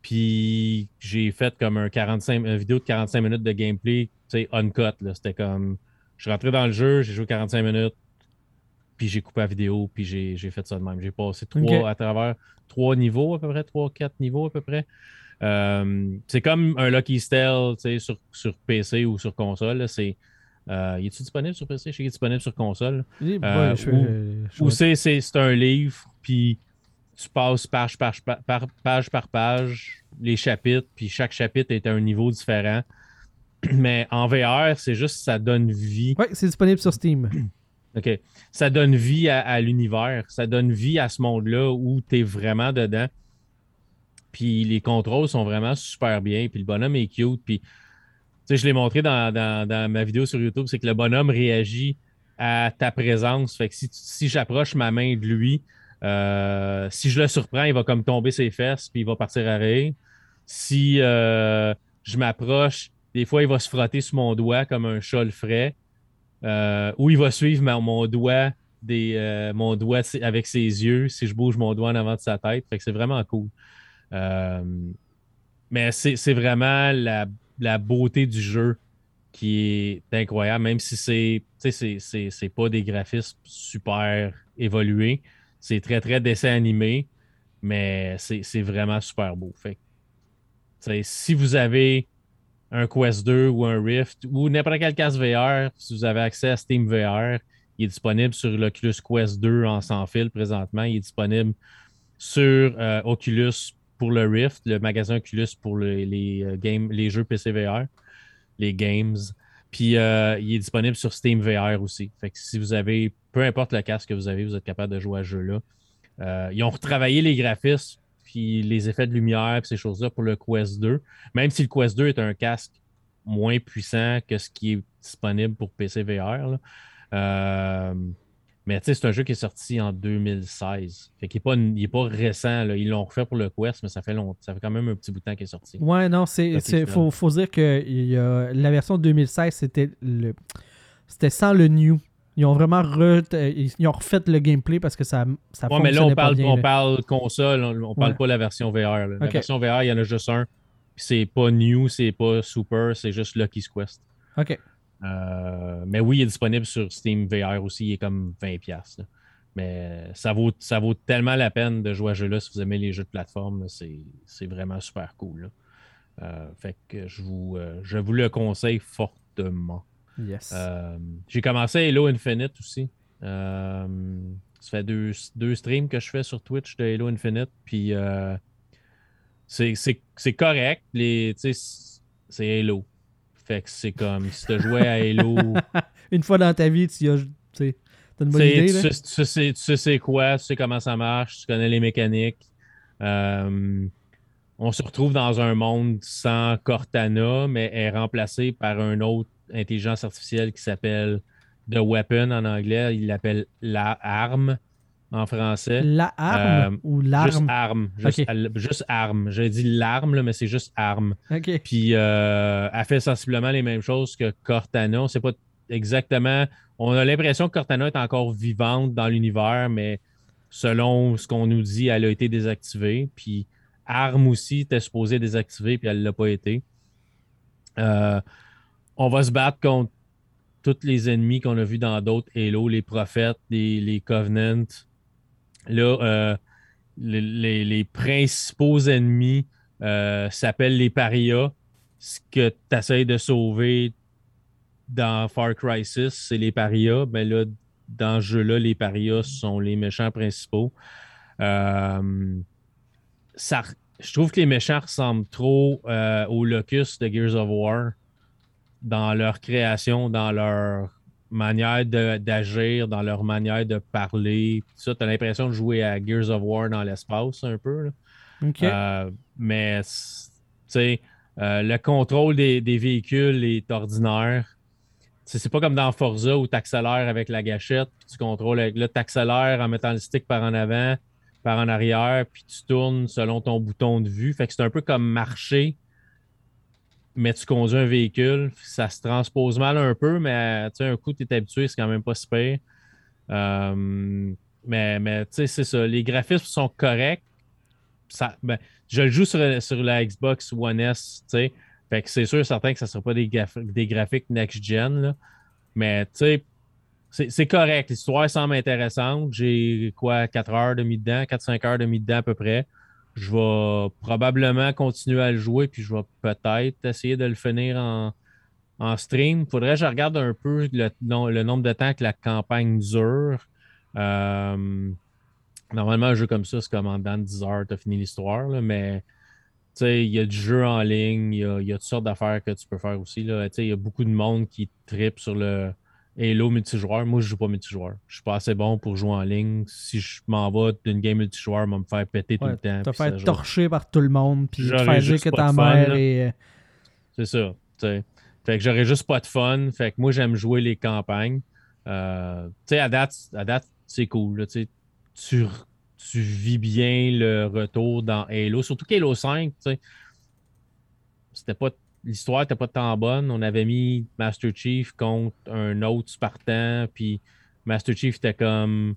puis j'ai fait comme un quarante-cinq, une vidéo de quarante-cinq minutes de gameplay, tu sais, uncut. Là. C'était comme, je suis rentré dans le jeu, j'ai joué quarante-cinq minutes, puis j'ai coupé la vidéo, puis j'ai, j'ai fait ça de même. J'ai passé trois okay. à travers trois niveaux à peu près, trois, quatre niveaux à peu près. Euh, c'est comme un Lucky Tale, tu sais, sur, sur P C ou sur console. Là, c'est, euh, il est-tu disponible sur P C? Je sais qu'il est disponible sur console. Oui, euh, ouais, je, ou, je, je ou c'est, c'est, c'est un livre, puis tu passes page par, par, page par page les chapitres, puis chaque chapitre est à un niveau différent. Mais en V R, c'est juste ça donne vie. Oui, c'est disponible sur Steam. OK. Ça donne vie à, à l'univers. Ça donne vie à ce monde-là où tu es vraiment dedans. Puis les contrôles sont vraiment super bien. Puis le bonhomme est cute. Puis, tu sais, je l'ai montré dans, dans, dans ma vidéo sur YouTube, c'est que le bonhomme réagit à ta présence. Fait que si, si j'approche ma main de lui, Euh, si je le surprends, il va comme tomber ses fesses puis il va partir à rire. Si euh, je m'approche, des fois, il va se frotter sur mon doigt comme un chat le ferait. euh, où il va suivre ma- mon doigt, des, euh, mon doigt avec ses yeux si je bouge mon doigt en avant de sa tête. Fait que c'est vraiment cool. Euh, mais c'est c'est vraiment la, la beauté du jeu qui est incroyable, même si c'est tu sais, c'est c'est- c'est pas des graphismes super évolués. C'est très, très dessin animé, mais c'est c'est vraiment super beau. Fait que, tu sais, si vous avez un Quest deux ou un Rift ou n'importe quel casque V R, si vous avez accès à Steam V R, il est disponible sur l'Oculus Quest deux en sans fil présentement. Il est disponible sur euh, Oculus pour le Rift, le magasin Oculus pour le- les, euh, games, les jeux P C V R, les games. Puis euh, il est disponible sur Steam V R aussi. Fait que si vous avez, peu importe le casque que vous avez, vous êtes capable de jouer à ce jeu-là. Euh, ils ont retravaillé les graphismes, puis les effets de lumière, puis ces choses-là pour le Quest deux. Même si le Quest deux est un casque moins puissant que ce qui est disponible pour P C V R. Là. Euh, mais tu sais, c'est un jeu qui est sorti en deux mille seize. Fait qu'il n'est pas, il est pas récent. Là. Ils l'ont refait pour le Quest, mais ça fait long, ça fait quand même un petit bout de temps qu'il est sorti. Ouais, non, c'est, c'est faut, faut dire que il y a, la version deux mille seize, c'était le c'était sans le new. Ils ont vraiment re, ils ont refait le gameplay parce que ça, ça ouais, mais là, on parle, pas bien. on là. parle console, on, on parle Ouais. pas de la version V R. Là. La Ok. version V R, il y en a juste un. Puis c'est pas new, c'est pas super, c'est juste Lucky's Quest. OK. Euh, mais oui, il est disponible sur Steam V R aussi. Il est comme vingt dollars. Là. Mais ça vaut, ça vaut tellement la peine de jouer à ce jeu-là si vous aimez les jeux de plateforme. Là, c'est, c'est vraiment super cool. Là. Euh, fait que je vous, euh, je vous le conseille fortement. Yes. Euh, j'ai commencé Halo Infinite aussi. Euh, ça fait deux, deux streams que je fais sur Twitch de Halo Infinite. Puis euh, c'est, c'est, c'est correct. Les, c'est Halo. Fait que c'est comme si tu jouais à Halo. Une fois dans ta vie, tu as, t'as une bonne idée. Tu là? sais, tu, sais, tu sais c'est quoi, tu sais comment ça marche, tu connais les mécaniques. Euh, on se retrouve dans un monde sans Cortana, mais est remplacé par une autre intelligence artificielle qui s'appelle The Weapon en anglais. Il l'appelle la arme en français. La arme Euh, ou l'arme? Juste arme. Juste, Ok. elle- juste arme. J'ai dit l'arme, là, mais c'est juste arme. OK. Puis euh, elle fait sensiblement les mêmes choses que Cortana. On ne sait pas exactement. On a l'impression que Cortana est encore vivante dans l'univers, mais selon ce qu'on nous dit, elle a été désactivée. Puis Arm aussi était supposée désactiver, puis elle ne l'a pas été. Euh, on va se battre contre tous les ennemis qu'on a vus dans d'autres Halo, les prophètes, les, les Covenants. Là, euh, les, les- les principaux ennemis euh, s'appellent les parias. Ce que tu essaies de sauver dans Far Cry six, c'est les parias. Ben là, dans ce jeu-là, les parias sont les méchants principaux. Euh, ça, je trouve que les méchants ressemblent trop euh, aux Locust de Gears of War dans leur création, dans leur manière de- d'agir, dans leur manière de parler. Tu as l'impression de jouer à Gears of War dans l'espace un peu. Là. OK. Euh, mais, tu sais, euh, le contrôle des, des véhicules est ordinaire. T'sais, c'est pas comme dans Forza où tu accélères avec la gâchette, puis tu contrôles avec. Là, tu accélères en mettant le stick par en avant, par en arrière, puis tu tournes selon ton bouton de vue. Fait que c'est un peu comme marcher, mais tu conduis un véhicule. Ça se transpose mal un peu, mais un coup, tu es habitué, c'est quand même pas si pire. Euh, mais mais tu sais, c'est ça. Les graphismes sont corrects. Ça, ben, je le joue sur, sur la Xbox One S, tu sais. Fait que c'est sûr, certain que ça ne sera pas des, graph- des graphiques next-gen, là. Mais tu sais, c'est, c'est correct. L'histoire semble intéressante. J'ai quoi, quatre heures de mis dedans, quatre cinq heures de mis dedans à peu près. Je vais probablement continuer à le jouer, puis je vais peut-être essayer de le finir en, en stream. Faudrait que je regarde un peu le, non- le nombre de temps que la campagne dure. Euh, Normalement, un jeu comme ça, c'est comme en dedans de dix heures, tu as fini l'histoire, là, mais tu sais, il y a du jeu en ligne, il y a, il y a toutes sortes d'affaires que tu peux faire aussi. Là. Tu sais, il y a beaucoup de monde qui tripe sur le Halo multijoueur. Moi, je joue pas multijoueur. Je suis pas assez bon pour jouer en ligne. Si je m'en vais d'une game multijoueur, on va me faire péter tout Ouais, le temps. te puis faire ça, je- torcher par tout le monde, puis te J'aurais faire dire juste que pas ta de fun, mère là. est. C'est ça. Tu sais. Fait que j'aurais juste pas de fun. Fait que moi, j'aime jouer les campagnes. Euh, tu sais, à date, à date, c'est cool. Là, tu sais. tu, tu vis bien le retour dans Halo. Surtout qu'Halo cinq, tu sais, c'était pas l'histoire n'était pas tant bonne. On avait mis Master Chief contre un autre Spartan, puis Master Chief était comme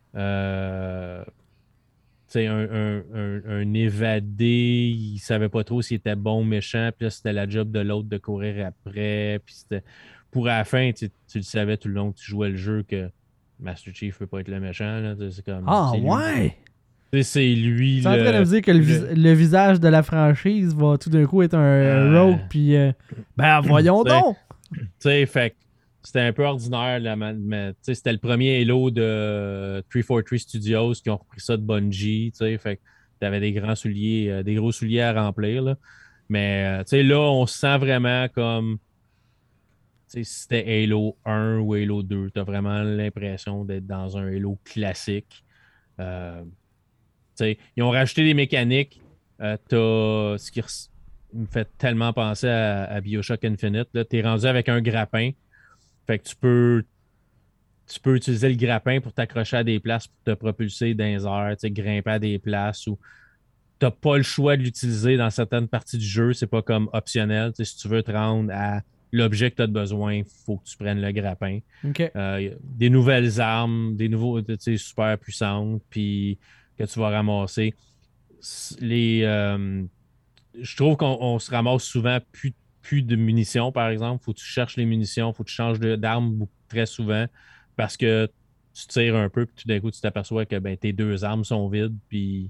euh, un, un, un, un évadé, il savait pas trop s'il était bon ou méchant, puis là, c'était la job de l'autre de courir après, puis c'était pour à la fin, tu, tu le savais tout le long que tu jouais le jeu que Master Chief peut pas être le méchant. Là, c'est comme, ah c'est lui, ouais! c'est lui Tu es en train de le, me dire que le, vis- le... le visage de la franchise va tout d'un coup être un euh, rogue, puis euh, ben voyons donc! Tu sais, fait que c'était un peu ordinaire, là, mais c'était le premier Halo de trois cent quarante-trois Studios qui ont repris ça de Bungie, tu sais, fait que t'avais des grands souliers, euh, des gros souliers à remplir, là. Mais, euh, tu sais, là, on se sent vraiment comme, tu sais, si c'était Halo un ou Halo deux, t'as vraiment l'impression d'être dans un Halo classique. Euh, tu sais, ils ont rajouté des mécaniques, euh, t'as ce qui res- me fait tellement penser à, à BioShock Infinite, là, t'es rendu avec un grappin. Fait que tu peux, tu peux utiliser le grappin pour t'accrocher à des places, pour te propulser dans les airs, tu sais, grimper à des places où tu n'as pas le choix de l'utiliser dans certaines parties du jeu. C'est pas comme optionnel. Tu sais, si tu veux te rendre à l'objet que tu as besoin, il faut que tu prennes le grappin. Ok. Euh, des nouvelles armes, des nouveaux, tu sais, super puissantes, puis que tu vas ramasser. Les, euh, je trouve qu'on on se ramasse souvent plus, plus de munitions, par exemple. Faut que tu cherches les munitions, faut que tu changes de- d'armes très souvent parce que tu tires un peu, puis tout d'un coup, tu t'aperçois que ben, tes deux armes sont vides, puis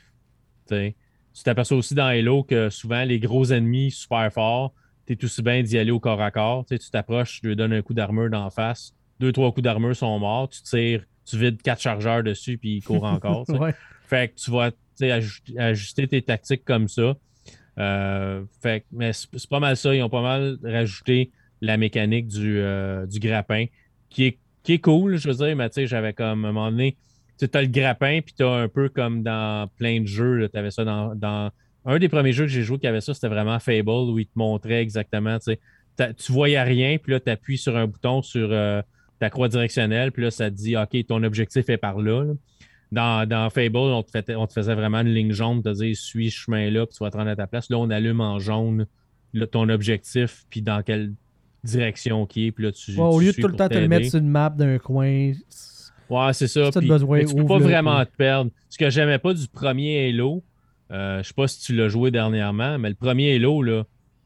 tu sais. Tu t'aperçois aussi dans Halo que souvent, les gros ennemis super forts, tu es tout aussi bien d'y aller au corps à corps. Tu sais, tu t'approches, tu lui donnes un coup d'armure d'en face, deux, trois coups d'armure sont morts, tu tires, tu vides quatre chargeurs dessus, puis il court encore. Tu sais. Ouais. Fait que tu vas tu sais, aj- ajuster tes tactiques comme ça. Euh, fait que- mais c'est c'est pas mal ça. Ils ont pas mal rajouté la mécanique du, euh, du grappin, qui est, qui est cool, je veux dire, mais tu sais, j'avais comme à un moment donné, tu as le grappin, puis tu as un peu comme dans plein de jeux, tu avais ça dans, dans. Un des premiers jeux que j'ai joué qui avait ça, c'était vraiment Fable, où il te montrait exactement, tu sais, t'as- tu voyais rien, puis là, tu appuies sur un bouton sur euh, ta croix directionnelle, puis là, ça te dit, OK, ton objectif est par là. là. Dans, dans Fable, on te, fait- on te faisait vraiment une ligne jaune, te dire suis ce chemin-là, puis tu vas te rendre à ta place. Là, on allume en jaune là, ton objectif, puis dans quelle direction qui est, puis là, tu, Ouais, au tu lieu de suis tout le pour temps te le mettre t'aider. sur une map d'un coin, Ouais, c'est si ça. t'as Puis, besoin, mais tu peux pas ouvre-le, vraiment puis- te perdre. Ce que j'aimais pas du premier Halo, euh, je sais pas si tu l'as joué dernièrement, mais le premier Halo, là,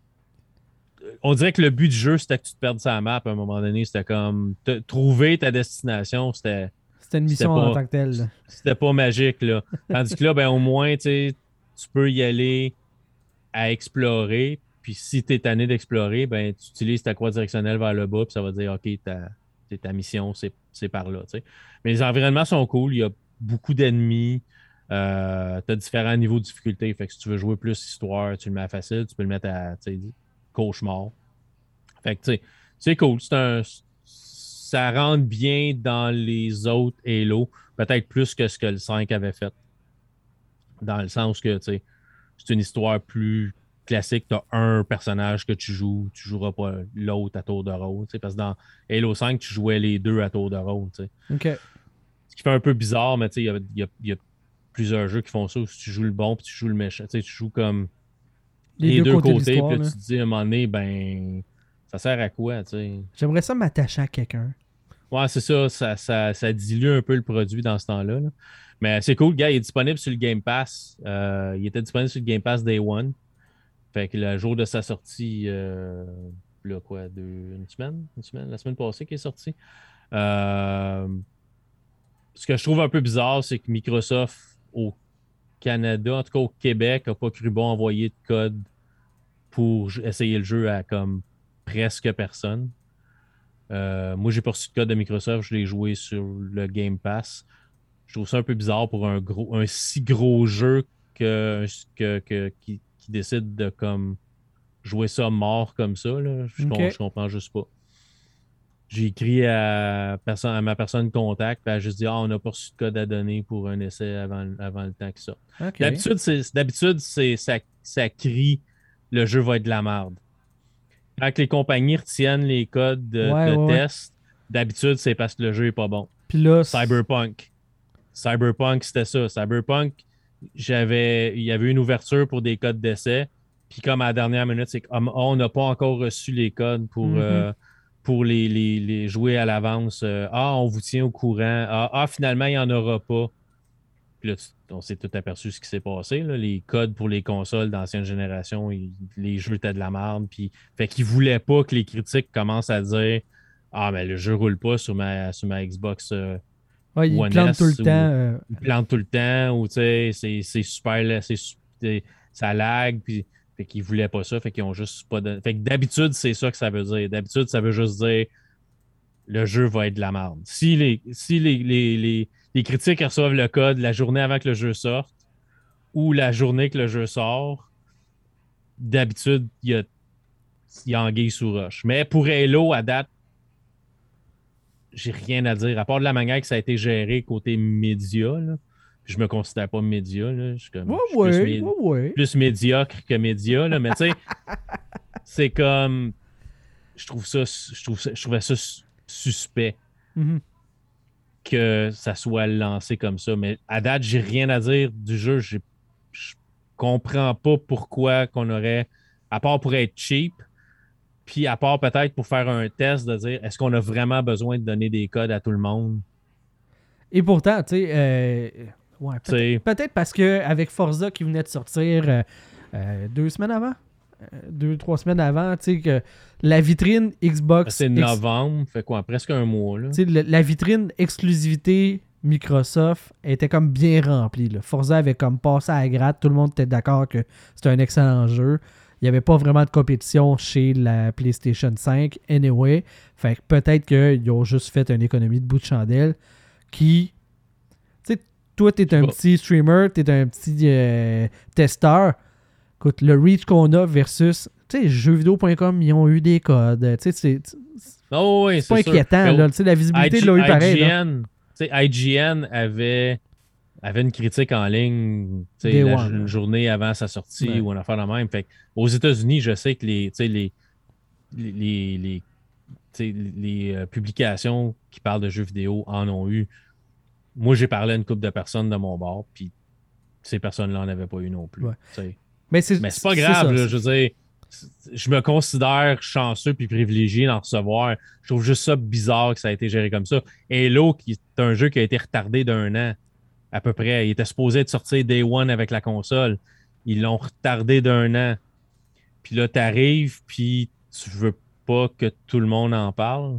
on dirait que le but du jeu, c'était que tu te perdes sa map à un moment donné. C'était comme te- trouver ta destination, c'était C'était une c'était mission en pas tant que telle. là. c'était pas magique, là. Tandis que là, ben, au moins, tu sais, tu peux y aller à explorer. Puis si tu es tanné d'explorer, ben, tu utilises ta croix directionnelle vers le bas, puis ça va dire, OK, ta, t'sais, ta mission, c'est c'est par là. tu sais. Mais les environnements sont cool. Il y a beaucoup d'ennemis. Euh, tu as différents niveaux de difficulté. Fait que si tu veux jouer plus histoire, tu le mets à facile. Tu peux le mettre à tu sais, cauchemar. Fait que, tu sais, c'est cool. C'est un, ça rentre bien dans les autres Halo. Peut-être plus que ce que le cinq avait fait. Dans le sens que, tu sais, c'est une histoire plus classique. Tu as un personnage que tu joues, tu joueras pas l'autre à tour de rôle. tu sais, Parce que dans Halo cinq, tu jouais les deux à tour de rôle. tu sais. Ok. Ce qui fait un peu bizarre, mais tu sais, il y a, il y a- il y a plusieurs jeux qui font ça où tu joues le bon puis tu joues le méchant. Tu sais, tu joues comme Les, les deux, deux côtés, de côtés, l'histoire. puis là, là. tu te dis à un moment donné, ben, ça sert à quoi, tu sais? J'aimerais ça m'attacher à quelqu'un. Ouais, c'est ça ça, ça, ça dilue un peu le produit dans ce temps-là. là. Mais c'est cool, le gars, il est disponible sur le Game Pass. Euh, il était disponible sur le Game Pass Day One. Fait que le jour de sa sortie, euh, là, quoi, deux, une semaine? Une semaine? La semaine passée qu'il est sorti. Euh, ce que je trouve un peu bizarre, c'est que Microsoft, au Canada, en tout cas au Québec, n'a pas cru bon envoyer de code pour essayer le jeu à comme presque personne. Euh, moi, j'ai pas reçu de code de Microsoft, je l'ai joué sur le Game Pass. Je trouve ça un peu bizarre pour un gros, un si gros jeu que, que, que- qui, qui décide de comme jouer ça mort comme ça. Là. Je, Ok. com- je comprends juste pas. J'ai écrit à, personne, à ma personne contact, puis elle a juste dit ah, on n'a pas reçu de code à donner pour un essai avant, avant le temps que ça. Ok. D'habitude, c'est, d'habitude c'est, ça, ça crie le jeu va être de la merde. Quand les compagnies retiennent les codes de, Ouais, de ouais, ouais. test, d'habitude, c'est parce que le jeu est pas bon. Puis là, c'est- Cyberpunk. Cyberpunk, c'était ça. Cyberpunk, j'avais, il y avait une ouverture pour des codes d'essai. Puis comme à la dernière minute, c'est qu'on on n'a pas encore reçu les codes pour, Mhm. euh, pour les, les, les jouer à l'avance. Euh, ah, on vous tient au courant. Ah, ah, finalement, il n'y en aura pas. Puis là, tu- on s'est tout aperçu ce qui s'est passé. Là. Les codes pour les consoles d'ancienne génération, ils- les jeux étaient de la merde. Puis, fait qu'ils ne voulaient pas que les critiques commencent à dire ah, mais le jeu ne roule pas sur ma, sur ma Xbox euh, Ouais, il One plante tout le S temps. ou euh, il plante tout le temps ou tu sais, c'est c'est super, là, c'est su- c'est- ça lag. Puis, fait qu'ils ne voulaient pas ça. Fait qu'ils ont juste pas de... Fait que d'habitude, c'est ça que ça veut dire. D'habitude, ça veut juste dire le jeu va être de la merde. Si les, si les, les, les, les critiques reçoivent le code la journée avant que le jeu sorte ou la journée que le jeu sort, d'habitude, il y a, il y a anguille sous roche. Mais pour Halo, à date, j'ai rien à dire. À part de la manière que ça a été géré côté média, là. Je me considère pas média. Là. Je suis, comme, Ouais, je suis plus, ouais, mé- ouais, ouais. plus médiocre que média. Là. Mais tu sais, c'est comme. Je trouve ça, je trouve ça, je trouvais ça su- suspect Mhm. que ça soit lancé comme ça. Mais à date, j'ai rien à dire du jeu. J'ai- Je comprends pas pourquoi qu'on aurait, à part pour être cheap, puis à part peut-être pour faire un test de dire est-ce qu'on a vraiment besoin de donner des codes à tout le monde? Et pourtant, tu sais, euh, ouais, Tu sais, peut-être peut-être parce qu'avec Forza qui venait de sortir euh, euh, deux semaines avant, euh, deux, trois semaines avant, tu sais, que la vitrine Xbox, c'est ex- novembre, fait quoi, presque un mois. Là. tu sais, le- la vitrine exclusivité Microsoft était comme bien remplie. Là. Forza avait comme passé à la gratte, tout le monde était d'accord que c'était un excellent jeu. Il n'y avait pas vraiment de compétition chez la PlayStation cinq, anyway. Fait que peut-être qu'ils ont juste fait une économie de bout de chandelle qui... Tu sais, toi, t'es un Bon. petit streamer, t'es un petit euh, testeur. Écoute, le reach qu'on a versus... Tu sais, jeux vidéo point com, ils ont eu des codes. Tu sais, c'est... Oh, oui, C'est pas c'est sûr. inquiétant, Mais là. Tu sais, la visibilité, I G l'a eu pareil, là. I G N, tu sais, I G N avait, avait une critique en ligne tu sais, Day la, one, une là. journée avant sa sortie Ouais. ou une affaire de même. Fait que aux États-Unis, je sais que les, tu sais, les, les, les, les, tu sais, les, euh, publications qui parlent de jeux vidéo en ont eu. Moi, j'ai parlé à une couple de personnes de mon bord, puis ces personnes-là n'en avaient pas eu non plus. Ouais. tu sais. Mais c'est Mais c'est pas c'est grave, ça, là, c'est- je veux dire, je me considère chanceux puis privilégié d'en recevoir. Je trouve juste ça bizarre que ça a été géré comme ça. Halo, qui est un jeu qui a été retardé d'un an, à peu près. Il était supposé être sorti Day One avec la console. Ils l'ont retardé d'un an. Puis là, t'arrives, puis tu veux pas que tout le monde en parle.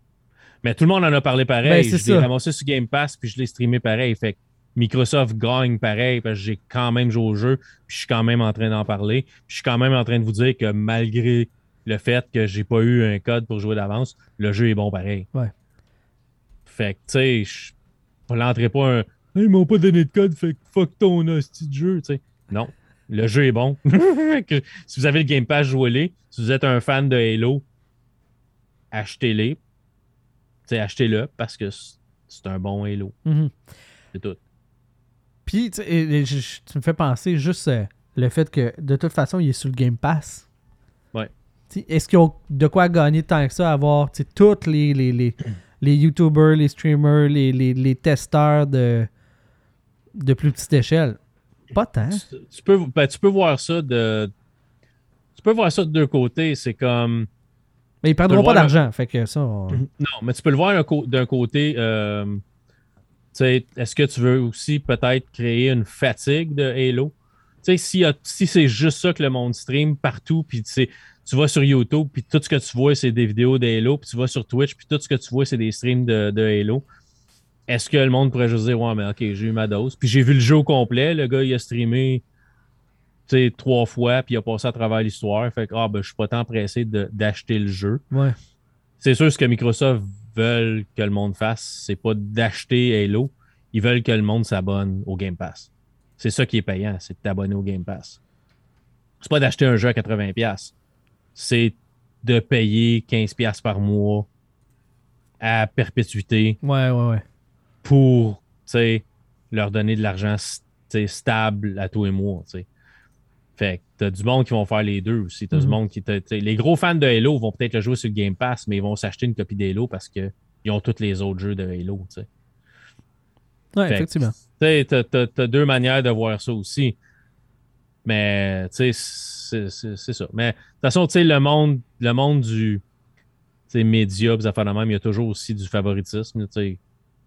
Mais tout le monde en a parlé Ben, pareil. c'est Je l'ai ça. ramassé sur Game Pass, puis je l'ai streamé pareil. Fait que Microsoft gagne pareil, parce que j'ai quand même joué au jeu, puis je suis quand même en train d'en parler. Puis je suis quand même en train de vous dire que malgré le fait que j'ai pas eu un code pour jouer d'avance, le jeu est bon pareil. Ouais. Fait que, tu sais, je ne l'entrerai pas un hey, ils m'ont pas donné de code, fait que fuck ton hostie de jeu, tu sais. Non, le jeu est bon. Que, si vous avez le Game Pass, jouez-les. Si vous êtes un fan de Halo, achetez-les. Tu sais, achetez-le parce que c'est un bon Halo. Mhm. C'est tout. Puis, tu sais, et- et je- je- tu me fais penser juste euh, le fait que, de toute façon, il est sur le Game Pass. Ouais. Tu sais, est-ce qu'ils ont de quoi gagner tant que ça à avoir tu sais, tous les, les, les, les YouTubers, les streamers, les, les, les testeurs de, de plus petite échelle? Pas tant. Tu, tu peux, ben, tu peux voir ça de. Tu peux voir ça de deux côtés. C'est comme. Mais ils Tu peux perdront le pas voir d'argent. Fait que ça. on- Non, mais tu peux le voir d'un co- d'un côté. euh, tu sais, est-ce que tu veux aussi peut-être créer une fatigue de Halo? Tu sais, si, si c'est juste ça que le monde stream partout, puis tu sais, tu vas sur YouTube, puis tout ce que tu vois, c'est des vidéos de Halo, puis tu vas sur Twitch, puis tout ce que tu vois, c'est des streams de, de Halo. Est-ce que le monde pourrait juste dire, ouais, mais ok, j'ai eu ma dose. Puis j'ai vu le jeu au complet. Le gars, il a streamé tu sais, trois fois, puis il a passé à travers l'histoire. Fait que, ah, ben, je suis pas tant pressé de- d'acheter le jeu. Ouais. C'est sûr, ce que Microsoft veulent que le monde fasse, c'est pas d'acheter Halo. Ils veulent que le monde s'abonne au Game Pass. C'est ça qui est payant, c'est de t'abonner au Game Pass. C'est pas d'acheter un jeu à quatre-vingts dollars. C'est de payer quinze dollars par mois à perpétuité Ouais, ouais, ouais. pour, tu sais, leur donner de l'argent, tu sais, stable à tous les mois, tu sais. Fait que t'as du monde qui vont faire les deux aussi. T'as Mhm. du monde qui... t'as- t'sais, les gros fans de Halo vont peut-être le jouer sur le Game Pass, mais ils vont s'acheter une copie d'Halo parce qu'ils ont tous les autres jeux de Halo, tu sais. Ouais, Fait que, effectivement. tu sais, t'as, t'as- t'as deux manières de voir ça aussi. Mais, tu sais, c'est, c'est, c'est ça. Mais, de toute façon, tu sais, le monde, le monde du, tu sais, médias, pis affaires de même, il y a toujours aussi du favoritisme, tu sais.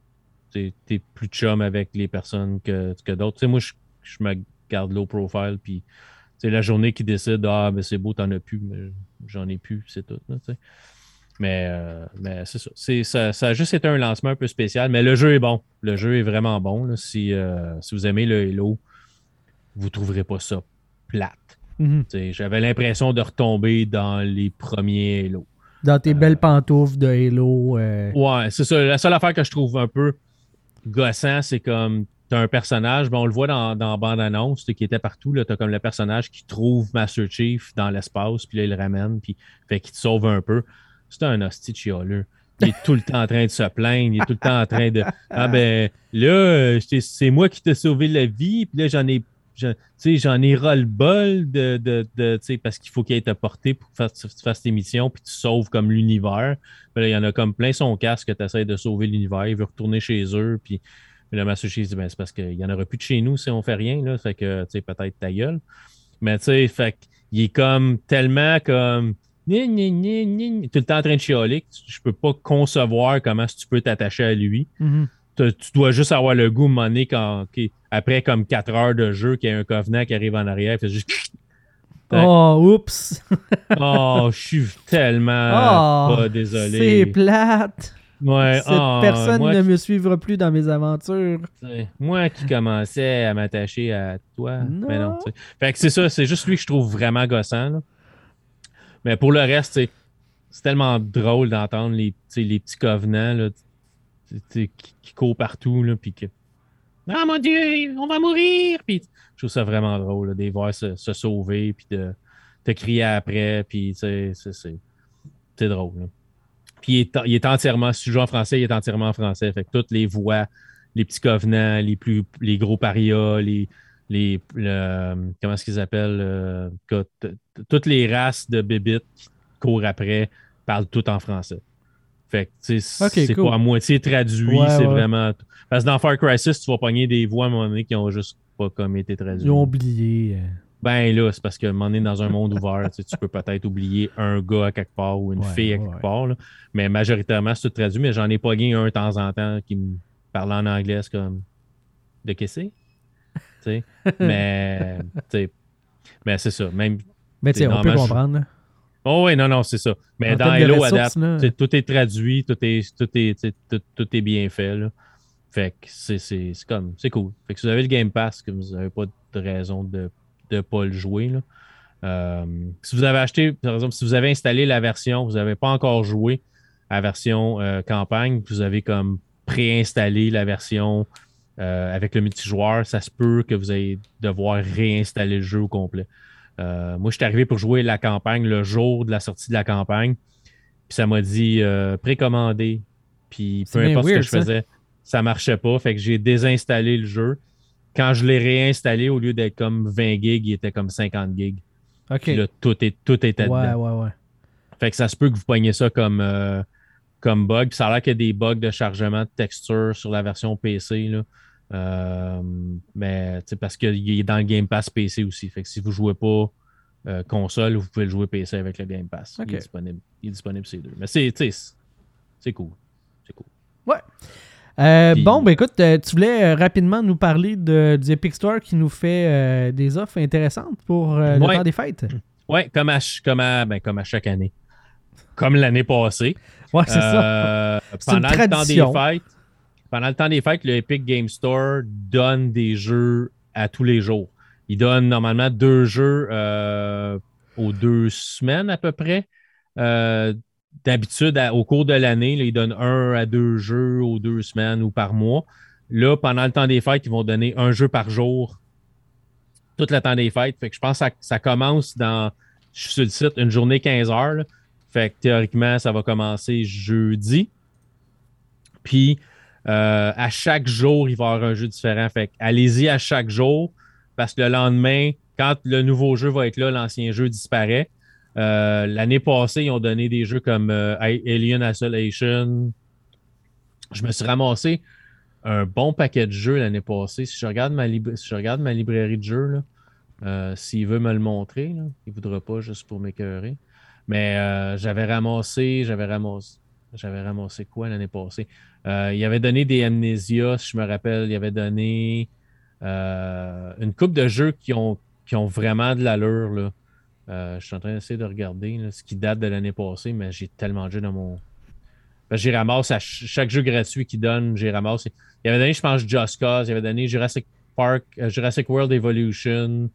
Tu es plus chum avec les personnes que, que d'autres. Tu sais, moi, je, je me garde low profile, puis c'est la journée qui décide, ah, ben c'est beau, t'en as plus, mais j'en ai plus, c'est tout. Là, mais euh, mais c'est ça. C'est, ça. Ça a juste été un lancement un peu spécial, mais le jeu est bon. Le jeu est vraiment bon. Là. Si, euh, si vous aimez le Halo, vous ne trouverez pas ça plate. Mm-hmm. J'avais l'impression de retomber dans les premiers Halo. Dans tes euh, belles pantoufles de Halo. Euh... Ouais, c'est ça. La seule affaire que je trouve un peu gossant, c'est comme t'as un personnage, ben on le voit dans, dans bande-annonce qui était partout, là, t'as comme le personnage qui trouve Master Chief dans l'espace, puis là, il le ramène, puis fait qu'il te sauve un peu. C'est un hostie de chialeux. Il est tout le temps en train de se plaindre, il est tout le temps en train de « Ah ben, là, c'est moi qui t'ai sauvé la vie, puis là, j'en ai j'en, j'en ai ras-le-bol de, de, de, de parce qu'il faut qu'il ait été porté pour que tu fasses tes missions, puis tu sauves comme l'univers. Puis là, il y en a comme plein son casque que tu essaies de sauver l'univers, il veut retourner chez eux, puis le Master Chief dit ben, c'est parce qu'il n'y en aurait plus de chez nous si on fait rien, là, fait que, tu sais, peut-être ta gueule. Mais tu sais, fait qu'il est comme tellement comme ni, ni, ni, ni, tout le temps en train de chialer, je peux pas concevoir comment tu peux t'attacher à lui. Mm-hmm. Tu dois juste avoir le goût, monnaie, quand, okay, après comme quatre heures de jeu, qu'il y a un Covenant qui arrive en arrière, il fait juste. Oh, oups! Oh, je suis tellement oh, pas désolé. C'est plate! Ouais, Cette oh, personne ne qui, me suivra plus dans mes aventures. Moi qui commençais à m'attacher à toi. Non. Mais non, t'sais. Fait que c'est ça, c'est juste lui que je trouve vraiment gossant. Là. Mais pour le reste, c'est tellement drôle d'entendre les, les petits Covenants là, qui, qui courent partout, là, puis que ah mon Dieu, on va mourir! Puis je trouve ça vraiment drôle là, de les voir se, se sauver, puis de te crier après, puis c'est, c'est, c'est drôle. Là. Puis il est, il est entièrement, si tu joues en français, il est entièrement en français. Fait que toutes les voix, les petits Covenants, les plus les gros parias, les, les le, comment est-ce qu'ils appellent? Euh, toutes les races de bébites qui courent après parlent toutes en français. Fait que c'est, okay, c'est cool. Pas à moitié traduit, ouais, c'est ouais. Vraiment. Parce que dans Far Cry six, tu vas pogner des voix à un moment donné qui ont juste pas comme été traduites. Ils ont oublié. Ben là, c'est parce que un moment donné, dans un monde ouvert, tu, sais, tu peux peut-être oublier un gars à quelque part ou une ouais, fille à quelque ouais. part. Là. Mais majoritairement, c'est tout traduit. Mais j'en ai pogné un de temps en temps qui me parlait en anglais, c'est comme de qu'est-ce que c'est? mais, mais c'est ça. Même, mais tu sais, on peut comprendre. Je... Oh oui, non, non, c'est ça. Mais en dans Halo Adapt, tout est traduit, tout est, tout est, tout, tout est bien fait. Là. Fait que c'est, c'est, c'est comme, c'est cool. Fait que si vous avez le Game Pass, que vous n'avez pas de raison de de ne pas le jouer. Là. Euh, si vous avez acheté, par exemple, si vous avez installé la version, vous n'avez pas encore joué à la version euh, campagne, vous avez comme préinstallé la version euh, avec le multijoueur, ça se peut que vous ayez devoir réinstaller le jeu au complet. Euh, moi, je suis arrivé pour jouer la campagne le jour de la sortie de la campagne, puis ça m'a dit euh, précommandé, puis peu importe weird, ce que je faisais, ça ne marchait pas, fait que j'ai désinstallé le jeu. Quand je l'ai réinstallé, au lieu d'être comme vingt gigs, il était comme cinquante gigs. OK. Puis là, tout, est, tout était ouais, dedans. Ouais, ouais, Fait que ça se peut que vous pognez ça comme, euh, comme bug. Puis ça a l'air qu'il y a des bugs de chargement de texture sur la version P C. Là. Euh, mais c'est parce qu'il est dans le Game Pass P C aussi. Fait que si vous ne jouez pas euh, console, vous pouvez le jouer P C avec le Game Pass. Okay. Il est disponible. Il est disponible ces deux. Mais c'est, c'est cool. C'est cool. Ouais. Euh, Puis... Bon, ben écoute, euh, tu voulais euh, rapidement nous parler de, du Epic Store qui nous fait euh, des offres intéressantes pour euh, le ouais. temps des fêtes. Oui, comme à, comme, à, ben, comme à chaque année. Comme l'année passée. Ouais, c'est euh, ça. C'est pendant une le tradition. temps des fêtes, pendant le temps des fêtes, le Epic Game Store donne des jeux à tous les jours. Il donne normalement deux jeux euh, aux deux semaines à peu près. Euh, D'habitude, à, au cours de l'année, là, ils donnent un à deux jeux aux deux semaines ou par mois. Là, pendant le temps des fêtes, ils vont donner un jeu par jour tout le temps des fêtes. Fait que je pense que ça, ça commence dans, je suis sur le site, une journée quinze heures. Là. Fait que théoriquement, ça va commencer jeudi. Puis, euh, à chaque jour, il va y avoir un jeu différent. Fait que allez-y à chaque jour parce que le lendemain, quand le nouveau jeu va être là, l'ancien jeu disparaît. Euh, l'année passée, ils ont donné des jeux comme euh, Alien Isolation. Je me suis ramassé un bon paquet de jeux l'année passée. Si je regarde ma, lib- si je regarde ma librairie de jeux, là, Euh, s'il veut me le montrer, là, il ne voudra pas juste pour m'écœurer. Mais euh, j'avais ramassé, j'avais ramassé, j'avais ramassé quoi l'année passée? Euh, il avait donné des Amnesia, si je me rappelle. Il avait donné euh, une couple de jeux qui ont, qui ont vraiment de l'allure, là. Euh, je suis en train d'essayer de regarder là, ce qui date de l'année passée, mais j'ai tellement de jeux dans mon. Ben, j'ai ramassé à ch- chaque jeu gratuit qu'il donne, j'ai ramassé. Il avait donné, je pense, Just Cause, il avait donné Jurassic Park, euh, Jurassic World Evolution.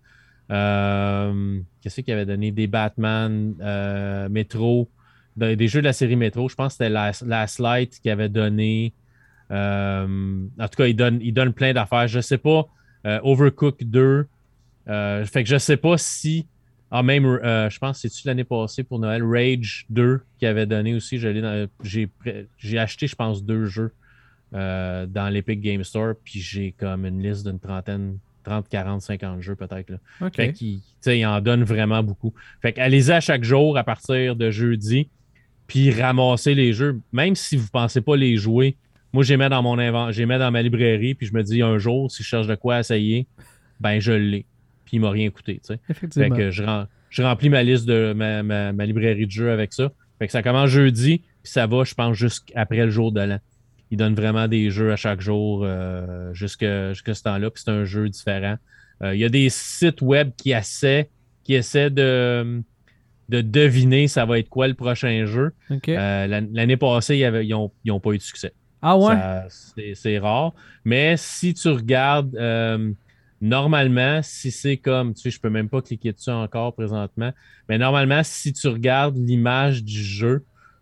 Euh, qu'est-ce qu'il avait donné? Des Batman, euh, Metro, de- des jeux de la série Metro. Je pense que c'était Last, Last Light qui avait donné. Euh, en tout cas, il donne, il donne plein d'affaires. Je sais pas. euh, Overcooked deux. Euh, fait que je sais pas si. Ah, même, euh, je pense, c'est-tu l'année passée pour Noël, Rage deux qui avait donné aussi. Je l'ai dans- J'ai j'ai acheté, je pense, deux jeux euh, dans l'Epic Game Store, puis j'ai comme une liste d'une trentaine, trente, quarante, cinquante jeux peut-être. Là. OK. Fait qu'il tu sais, il en donne vraiment beaucoup. Fait qu'allez-y à chaque jour à partir de jeudi, puis ramassez les jeux. Même si vous ne pensez pas les jouer, moi, je les mets dans mon invent, je les mets dans ma librairie, puis je me dis un jour, si je cherche de quoi essayer, ben je l'ai. Puis il m'a rien coûté. Tu sais. Fait Effectivement. que je, rem- je remplis ma liste de ma, ma- ma librairie de jeux avec ça. Fait que ça commence jeudi, puis ça va, je pense, jusqu'après le jour de l'an. Il donne vraiment des jeux à chaque jour euh, jusqu'à jusqu'à ce temps-là, puis c'est un jeu différent. Euh, il y a des sites web qui essaient, qui essaient de, de deviner ça va être quoi le prochain jeu. OK. Euh, l'an- l'année passée, il y avait- ils n'ont pas eu de succès. Ah ouais? Ça, c'est, c'est rare. Mais si tu regardes, euh, normalement, si c'est comme, tu sais, je peux même pas cliquer dessus encore présentement, mais normalement, si tu regardes l'image du jeu,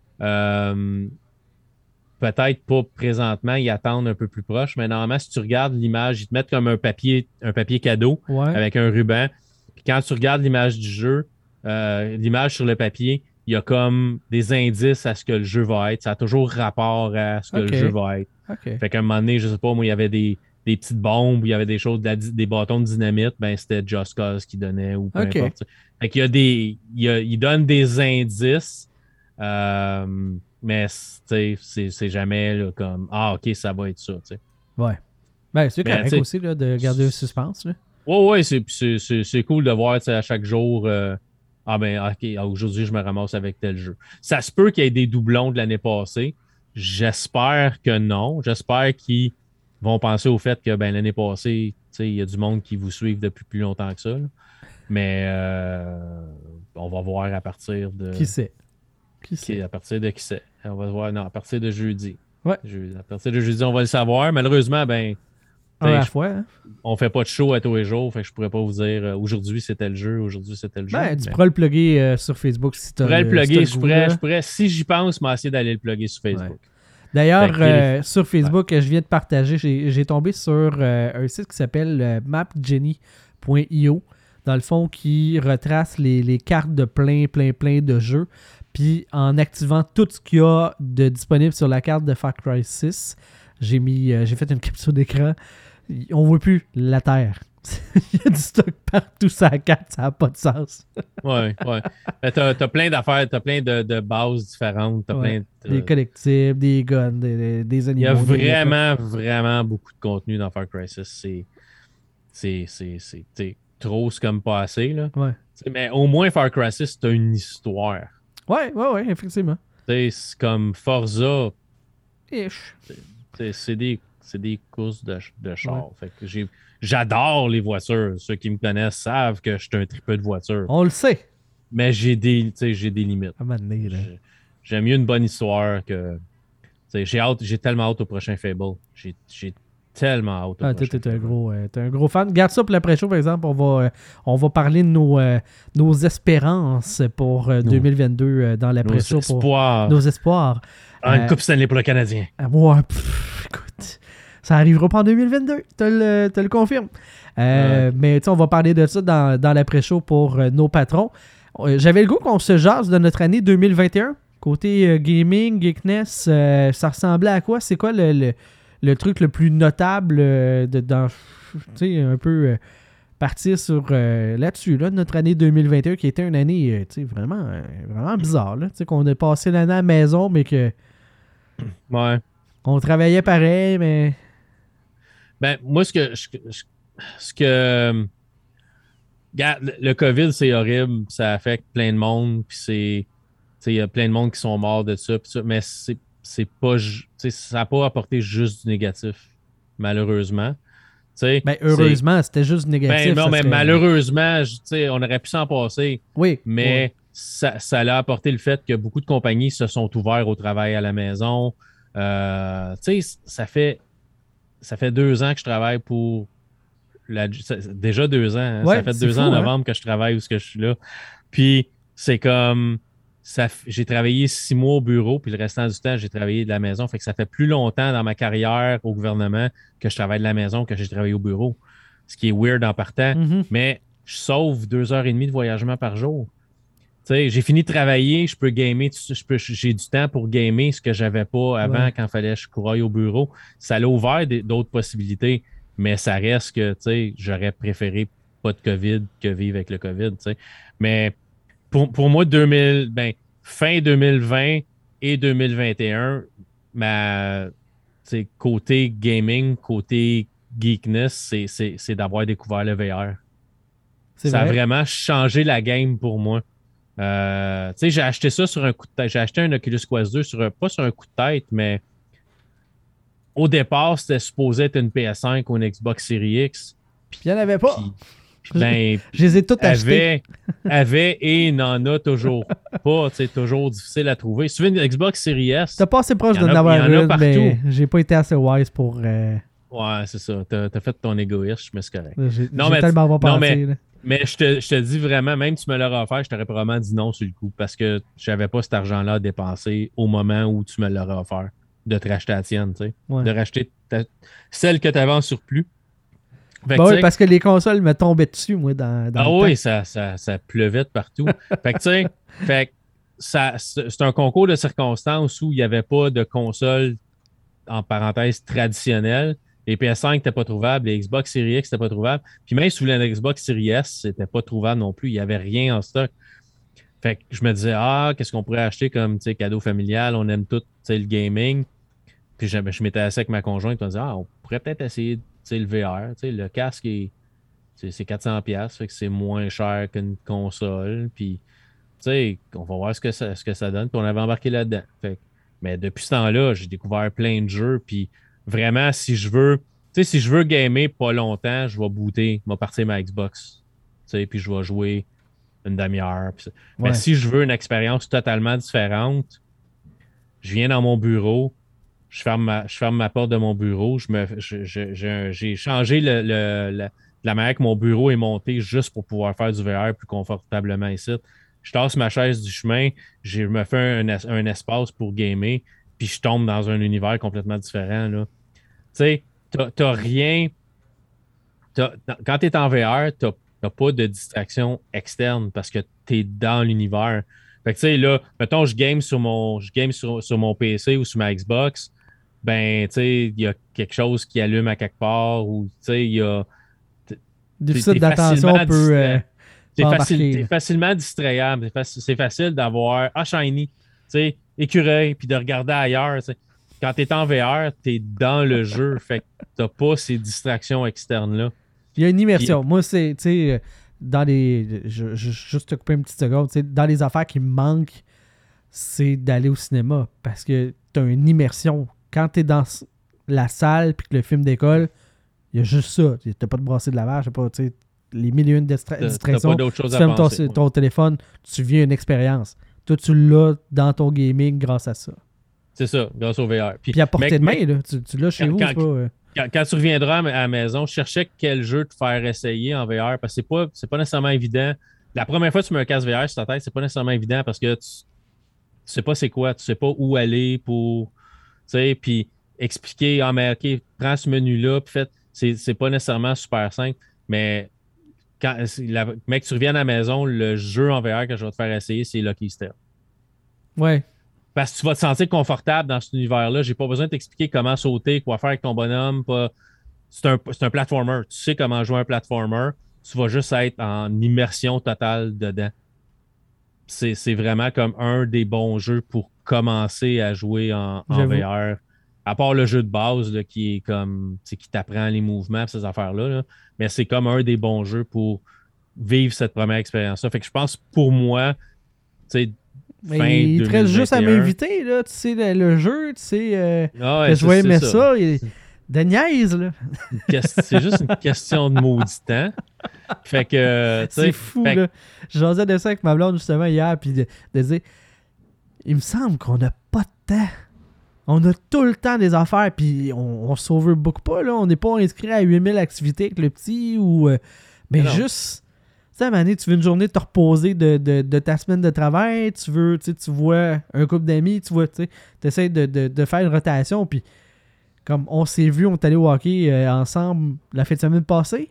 euh, peut-être pas présentement, ils attendent un peu plus proche, mais normalement, si tu regardes l'image, ils te mettent comme un papier, un papier cadeau Ouais. avec un ruban. Puis quand tu regardes l'image du jeu, euh, l'image sur le papier, il y a comme des indices à ce que le jeu va être. Ça a toujours rapport à ce que Ok. le jeu va être. OK. Fait qu'à un moment donné, je sais pas, moi, il y avait des, des petites bombes, il y avait des choses, de la- des bâtons de dynamite, ben c'était Just Cause qui donnait ou peu Ok. importe. Fait qu'il y a des. Il, y a- il donne des indices. Euh, mais c'est, c'est jamais là, comme ah ok ça va être ça. T'sais. Ouais. Ben, c'est Mais, correct t'sais, aussi là, de garder un suspense. Là. Ouais, ouais, c'est, c'est, c'est, c'est cool de voir à chaque jour euh, ah ben ok, aujourd'hui je me ramasse avec tel jeu. Ça se peut qu'il y ait des doublons de l'année passée. J'espère que non. J'espère qu'ils vont penser au fait que ben, l'année passée, il y a du monde qui vous suivent depuis plus longtemps que ça. Là. Mais euh, on va voir à partir de. Qui sait? Qui Qui, sait? à partir de qui c'est? On va voir. Non, à partir de jeudi. Ouais. Je- à partir de jeudi, on va le savoir. Malheureusement, ben, Un à la je- fois. Hein? on fait pas de show à tous les jours. Fait que je pourrais pas vous dire euh, aujourd'hui c'était le jeu, aujourd'hui c'était le jeu. Ben, tu mais- pourras le plugger euh, sur Facebook si tu Je pourrais le plugger. Je goût, pourrais, là. je pourrais, si j'y pense, moi essayer d'aller le plugger sur Facebook. D'ailleurs, Fait que- euh, sur Facebook, je viens de partager, j'ai, j'ai tombé sur euh, un site qui s'appelle euh, map jenny point i o, dans le fond, qui retrace les, les cartes de plein, plein, plein de jeux. Puis en activant tout ce qu'il y a de disponible sur la carte de Far Cry six, j'ai mis, euh, j'ai fait une capture d'écran. On ne voit plus la Terre. Il y a du stock partout sur la carte, ça n'a pas de sens. Ouais, ouais. Mais t'as, t'as plein d'affaires, t'as plein de, de bases différentes, t'as Ouais. plein de- Des collectibles, des guns, des, des, des Il y animaux. a des méthodes. vraiment, vraiment beaucoup de contenu dans Far Cry six. C'est, c'est, c'est, c'est, t'sais, trop, c'est comme pas assez, là. Ouais. T'sais, mais au moins, Far Cry six, t'as une histoire. Ouais, ouais, ouais, effectivement. T'sais, c'est comme Forza, Ish. t'sais, c'est des, c'est des courses de, de char. Fait que j'ai, j'adore les voitures. Ceux qui me connaissent savent que je suis un tripeux de voitures. On le sait. Mais j'ai des, t'sais, j'ai des limites. À un moment donné, là. J'ai- J'aime mieux une bonne histoire que. t'sais, J'ai hâte, j'ai tellement hâte au prochain Fable. J'ai, j'ai tellement hâte au Ah, toi, prochain t'es un Fable. gros, euh, t'es un gros fan. Garde ça pour l'après-show, par exemple. On va, euh, on va parler de nos, euh, nos espérances pour euh, Nos- deux mille vingt-deux euh, dans Nos l'après-show. Pour espoirs. nos espoirs. Ah, une Euh, Coupe Stanley pour le Canadien. Ah, ouais, pff, écoute, ça arrivera pas en deux mille vingt-deux, te le, te le confirme. Euh, Mais tu sais, on va parler de ça dans, dans l'après-show pour euh, nos patrons. Euh, J'avais le goût qu'on se jase de notre année deux mille vingt et un. Côté euh, gaming, geekness, euh, ça ressemblait à quoi? C'est quoi le, le, le truc le plus notable euh, de, dans, tu sais, un peu euh, partir sur euh, là-dessus, là, notre année deux mille vingt et un qui était une année, euh, tu sais, vraiment, euh, vraiment bizarre, là. Tu sais, qu'on a passé l'année à la maison, mais que Ouais. on travaillait pareil, mais... Ben, moi, ce que. Ce que, ce que Regarde, le COVID, c'est horrible. Ça affecte plein de monde. Puis c'est. Il y a plein de monde qui sont morts de ça. ça mais c'est, c'est pas. Ça n'a pas apporté juste du négatif, malheureusement. T'sais, ben, heureusement, c'était juste négatif. Ben, non, mais serait... malheureusement, on aurait pu s'en passer. Oui. Mais oui. Ça, ça a apporté le fait que beaucoup de compagnies se sont ouvertes au travail à la maison. Euh, ça fait, ça fait deux ans que je travaille pour. La, ça, déjà deux ans. Hein? Ouais, ça fait deux fou, ans en hein? novembre que je travaille où que je suis là. Puis c'est comme. Ça, j'ai travaillé six mois au bureau, puis le restant du temps, j'ai travaillé de la maison. Fait que ça fait plus longtemps dans ma carrière au gouvernement que je travaille de la maison que j'ai travaillé au bureau. Ce qui est weird en partant. Mm-hmm. Mais je sauve deux heures et demie de voyagement par jour. T'sais, j'ai fini de travailler, je peux gamer, je peux, j'ai du temps pour gamer, ce que j'avais pas avant ouais. quand il fallait que je couraille au bureau. Ça l'a ouvert des, d'autres possibilités, mais ça reste que j'aurais préféré pas de COVID que vivre avec le COVID. T'sais. Mais pour, pour moi, deux mille, ben, fin deux mille vingt et deux mille vingt et un, ma, côté gaming, côté geekness, c'est, c'est, c'est d'avoir découvert le V R. C'est ça vrai? A vraiment changé la game pour moi. Euh, tu sais, j'ai acheté ça sur un coup de tête. J'ai acheté un Oculus Quest deux, sur un, pas sur un coup de tête, mais au départ, c'était supposé être une P S cinq ou une Xbox Series X. Puis il n'y en avait pas. Puis, ben, je les ai toutes achetées. Avait et n'en a toujours pas. C'est toujours difficile à trouver. Si tu veux une Xbox Series S, t'as pas assez proche de n'avoir une, mais j'ai pas été assez wise pour... Euh... Ouais, c'est ça. T'as, t'as fait ton égoïsme, mais c'est correct. J'ai, non, j'ai mais, tellement pas pensé. Non, mais, mais je, te, je te dis vraiment, même si tu me l'aurais offert, je t'aurais probablement dit non sur le coup parce que je n'avais pas cet argent-là à dépenser au moment où tu me l'aurais offert de te racheter la tienne, tu sais. Ouais. De racheter ta, celle que tu avais en surplus. Fait bah oui, parce que les consoles me tombaient dessus, moi, dans, dans ah le oui, temps. ça, ça, ça pleuvait de partout. Fait que, tu sais, fait, ça, c'est un concours de circonstances où il n'y avait pas de console, en parenthèse, traditionnelle. Les P S cinq n'étaient pas trouvables, les Xbox Series X n'étaient pas trouvables. Puis même si vous voulez une Xbox Series S, c'était pas trouvable non plus. Il n'y avait rien en stock. Fait que je me disais, ah, qu'est-ce qu'on pourrait acheter comme cadeau familial? On aime tout le gaming. Puis je, je m'étais assis avec ma conjointe et on disait, ah, on pourrait peut-être essayer le V R. Le casque, est, c'est quatre cents dollars, fait que c'est moins cher qu'une console. Puis, on va voir ce que ça, ce que ça donne. Puis on avait embarqué là-dedans. Fait que, mais depuis ce temps-là, j'ai découvert plein de jeux. Puis vraiment, si je veux, tu sais, si je veux gamer pas longtemps, je vais booter, je vais partir ma Xbox. Tu sais, puis je vais jouer une demi-heure. Ouais. Mais si je veux une expérience totalement différente, je viens dans mon bureau, je ferme ma, je ferme ma porte de mon bureau, je me, je, je, je, j'ai changé le, le, le, la manière que mon bureau est monté juste pour pouvoir faire du V R plus confortablement ici. Je tasse ma chaise du chemin, je me fais un, un espace pour gamer, puis je tombe dans un univers complètement différent. Tu sais, t'as, t'as rien... T'as, quand tu es en V R, tu n'as pas de distraction externe parce que tu es dans l'univers. Fait que tu sais, là, mettons, je game sur mon, je game sur, sur mon P C ou sur ma Xbox, ben, tu sais, il y a quelque chose qui allume à quelque part ou, tu sais, il y a... Déficit d'attention peut... Euh, t'es, facile, t'es facilement distrayable. C'est, faci- c'est facile d'avoir... Ah, shiny, tu sais, écureuil, puis de regarder ailleurs, tu sais. Quand tu es en V R, tu es dans le jeu. Fait que tu n'as pas ces distractions externes-là. Il y a une immersion. Puis, moi, c'est, tu sais, dans les... Je, je, juste te couper une petite seconde. Dans les affaires qui me manquent, c'est d'aller au cinéma. Parce que tu as une immersion. Quand tu es dans la salle puis que le film décolle, il y a juste ça. Tu n'as pas de brasser de lavage, pas, tu sais, les mille et une distra- distractions. T'as pas d'autre chose tu à fermes penser, ton, ton téléphone, tu vis une expérience. Toi, tu l'as dans ton gaming grâce à ça. C'est ça, grâce au V R. Puis, Puis à portée de main, là, tu, tu l'as chez quand, vous. Quand, c'est pas, euh... quand, quand tu reviendras à la maison, je cherchais quel jeu te faire essayer en V R parce que c'est pas, c'est pas nécessairement évident. La première fois que tu mets un casque V R sur ta tête, c'est pas nécessairement évident parce que tu, tu sais pas c'est quoi, tu sais pas où aller pour, tu sais, puis expliquer, ah, mais OK, prends ce menu-là, puis fait, c'est, c'est pas nécessairement super simple, mais quand, la, mec, tu reviens à la maison, le jeu en V R que je vais te faire essayer, c'est Lucky Step. Ouais. Parce que tu vas te sentir confortable dans cet univers-là. J'ai pas besoin de t'expliquer comment sauter, quoi faire avec ton bonhomme. Pas... C'est un, c'est un platformer. Tu sais comment jouer un platformer. Tu vas juste être en immersion totale dedans. C'est, c'est vraiment comme un des bons jeux pour commencer à jouer en, en V R. À part le jeu de base là, qui est comme, qui t'apprend les mouvements et ces affaires-là. Là. Mais c'est comme un des bons jeux pour vivre cette première expérience-là. Fait que je pense pour moi, tu sais, Mais fin il te reste juste à deux mille vingt et un. m'inviter, là. Tu sais, le, le jeu, tu sais, euh, Ah ouais, que je c'est- vais c'est aimer ça. ça. et- De niaise, là. Une ques- C'est juste une question de maudit temps. Fait que, tu C'est sais, fou, fait que- là. J'osais de ça avec ma blonde, justement, hier, puis de, de dire, il me semble qu'on n'a pas de temps. On a tout le temps des affaires, puis on, on se sauve beaucoup pas, là. On n'est pas inscrit à huit mille activités avec le petit, ou... euh, mais Mais non. juste... Tu sais, à un moment donné, tu veux une journée de te reposer de, de, de ta semaine de travail, tu veux, tu sais, tu vois un couple d'amis, tu vois, tu sais, tu essaies de, de, de faire une rotation, puis comme on s'est vu, on est allé au hockey euh, ensemble la fin de semaine passée.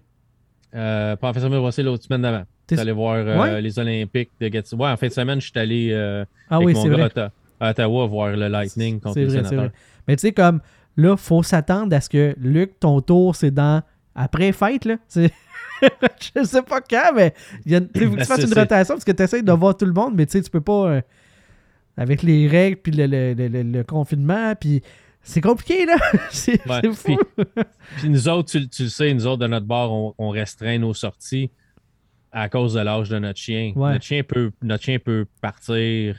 Euh, pas en fin de semaine, passée, l'autre semaine d'avant. T'es- Tu allé voir euh, Ouais. les Olympiques de Gatineau. Ouais, en fin de semaine, je suis allé euh, Ah avec oui, mon c'est gars vrai. à Otta- à Ottawa voir le Lightning contre C'est les vrai, c'est Sénateurs. vrai. Mais tu sais, comme là, faut s'attendre à ce que, Luc, ton tour, c'est dans après fête, là. C'est- Je sais pas quand, mais il y a- tu sais, faut que Ben, tu fasses c'est- une c'est- rotation parce que tu essaies de voir tout le monde, mais tu sais, tu peux pas. euh, avec les règles, puis le, le, le, le- le confinement, puis c'est compliqué, là. c'est Ouais, c'est fou. Puis nous autres, tu, tu le sais, nous autres, de notre bord, on, on restreint nos sorties à cause de l'âge de notre chien. Ouais. Notre chien peut, notre chien peut partir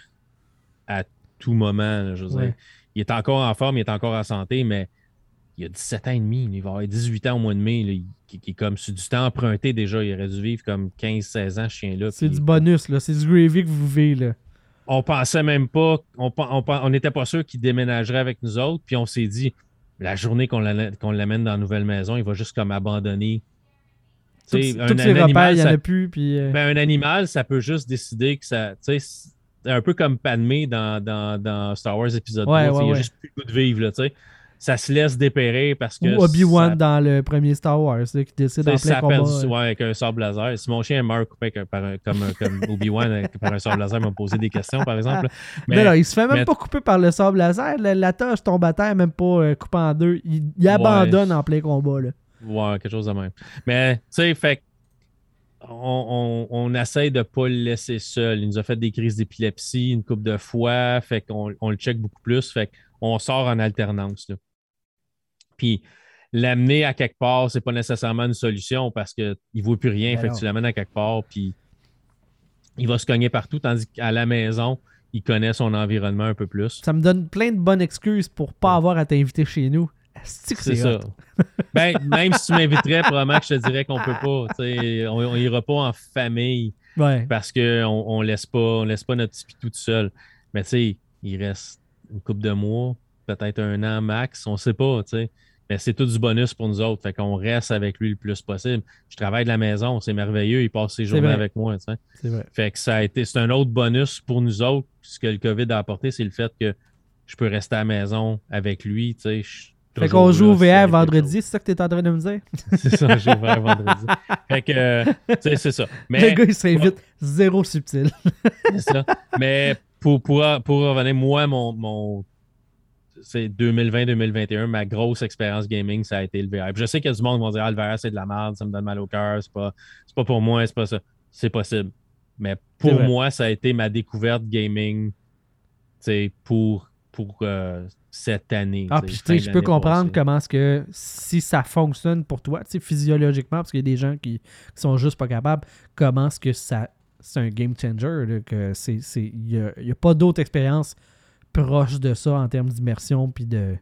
à tout moment. Là, je veux Ouais. dire. Il est encore en forme, il est encore en santé, mais il a dix-sept ans et demi. Il va avoir dix-huit ans au mois de mai. Là, il, qui, qui est comme sur du temps emprunté déjà. Il aurait dû vivre comme quinze seize ans, ce chien-là. C'est Puis du bonus, là. C'est du gravy que vous vivez, là. on pensait même pas, on pen- on pen- on n'était pas sûr qu'il déménagerait avec nous autres. Puis on s'est dit, la journée qu'on la- qu'on l'amène dans la nouvelle maison, il va juste comme abandonner. Tous Tu sais, tous ces repères, il n'y en a plus, puis... euh, ben, un animal, ça peut juste décider que ça. Tu sais, c'est un peu comme Padmé dans, dans, dans Star Wars épisode Ouais, trois. Tu sais, ouais, il ouais. a juste plus le goût de vivre. Là, tu sais. Ça se laisse dépérir parce que. Ou Obi-Wan ça- dans le premier Star Wars, là, qui décide tu en sais, plein ça combat. perd du- euh. ouais, avec un sable laser. Si mon chien meurt coupé avec un- par un- comme, comme Obi-Wan avec- par un sable laser, il m'a posé des questions, par exemple. là. Mais non, il se fait même mais- pas couper par le sable laser. La, la toche tombe à terre, même pas euh, coupée en deux. Il, il abandonne en plein combat, là. Ouais, quelque chose de même. Mais, tu sais, fait que on, on, on essaie de ne pas le laisser seul. Il nous a fait des crises d'épilepsie une couple de fois, fait qu'on on le check beaucoup plus, fait qu'on sort en alternance. Là. Puis l'amener à quelque part, c'est pas nécessairement une solution parce qu'il ne vaut plus rien, Ben fait non. que tu l'amènes à quelque part, puis il va se cogner partout, tandis qu'à la maison, il connaît son environnement un peu plus. Ça me donne plein de bonnes excuses pour pas Ouais. avoir à t'inviter chez nous. Asti que C'est c'est ça. hot. Ben, même si tu m'inviterais, probablement que je te dirais qu'on peut pas. tu sais, On, on ira pas en famille. Ouais. Parce qu'on on laisse pas, on laisse pas notre petit pitou tout seul. Mais tu sais, il reste une couple de mois, peut-être un an max, on sait pas, tu sais. Mais c'est tout du bonus pour nous autres. Fait qu'on reste avec lui le plus possible. Je travaille de la maison, c'est merveilleux, il passe ses journées vrai. avec moi, tu sais. C'est vrai. Fait que ça a été, c'est un autre bonus pour nous autres. Ce que le COVID a apporté, c'est le fait que je peux rester à la maison avec lui, tu sais. Je suis Fait toujours qu'on joue là, au s'il V R arrive quelque vendredi, chose. c'est ça que t'es en train de me dire? C'est ça, j'ai ouvert vendredi. Fait que, euh, tu sais, c'est ça. Mais, Le gars, il s'invite zéro subtil. c'est ça. Mais pour, pour, pour revenir, moi, mon, mon c'est deux mille vingt deux mille vingt et un, ma grosse expérience gaming, ça a été le V R. Puis je sais qu'il y a du monde qui vont dire ah, le V R, c'est de la merde, ça me donne mal au cœur, c'est pas, c'est pas pour moi, c'est pas ça. C'est possible. Mais C'est pour vrai. moi, ça a été ma découverte gaming tu sais, pour, pour euh, cette année. Ah, tu puis sais, tu sais, fin je de peux l'année comprendre passée. comment est-ce que si ça fonctionne pour toi, tu sais, physiologiquement, parce qu'il y a des gens qui, qui sont juste pas capables, comment est-ce que ça c'est un game changer, là, que c'est c'est il y a, il y a pas d'autre expérience proche de ça en termes d'immersion puis de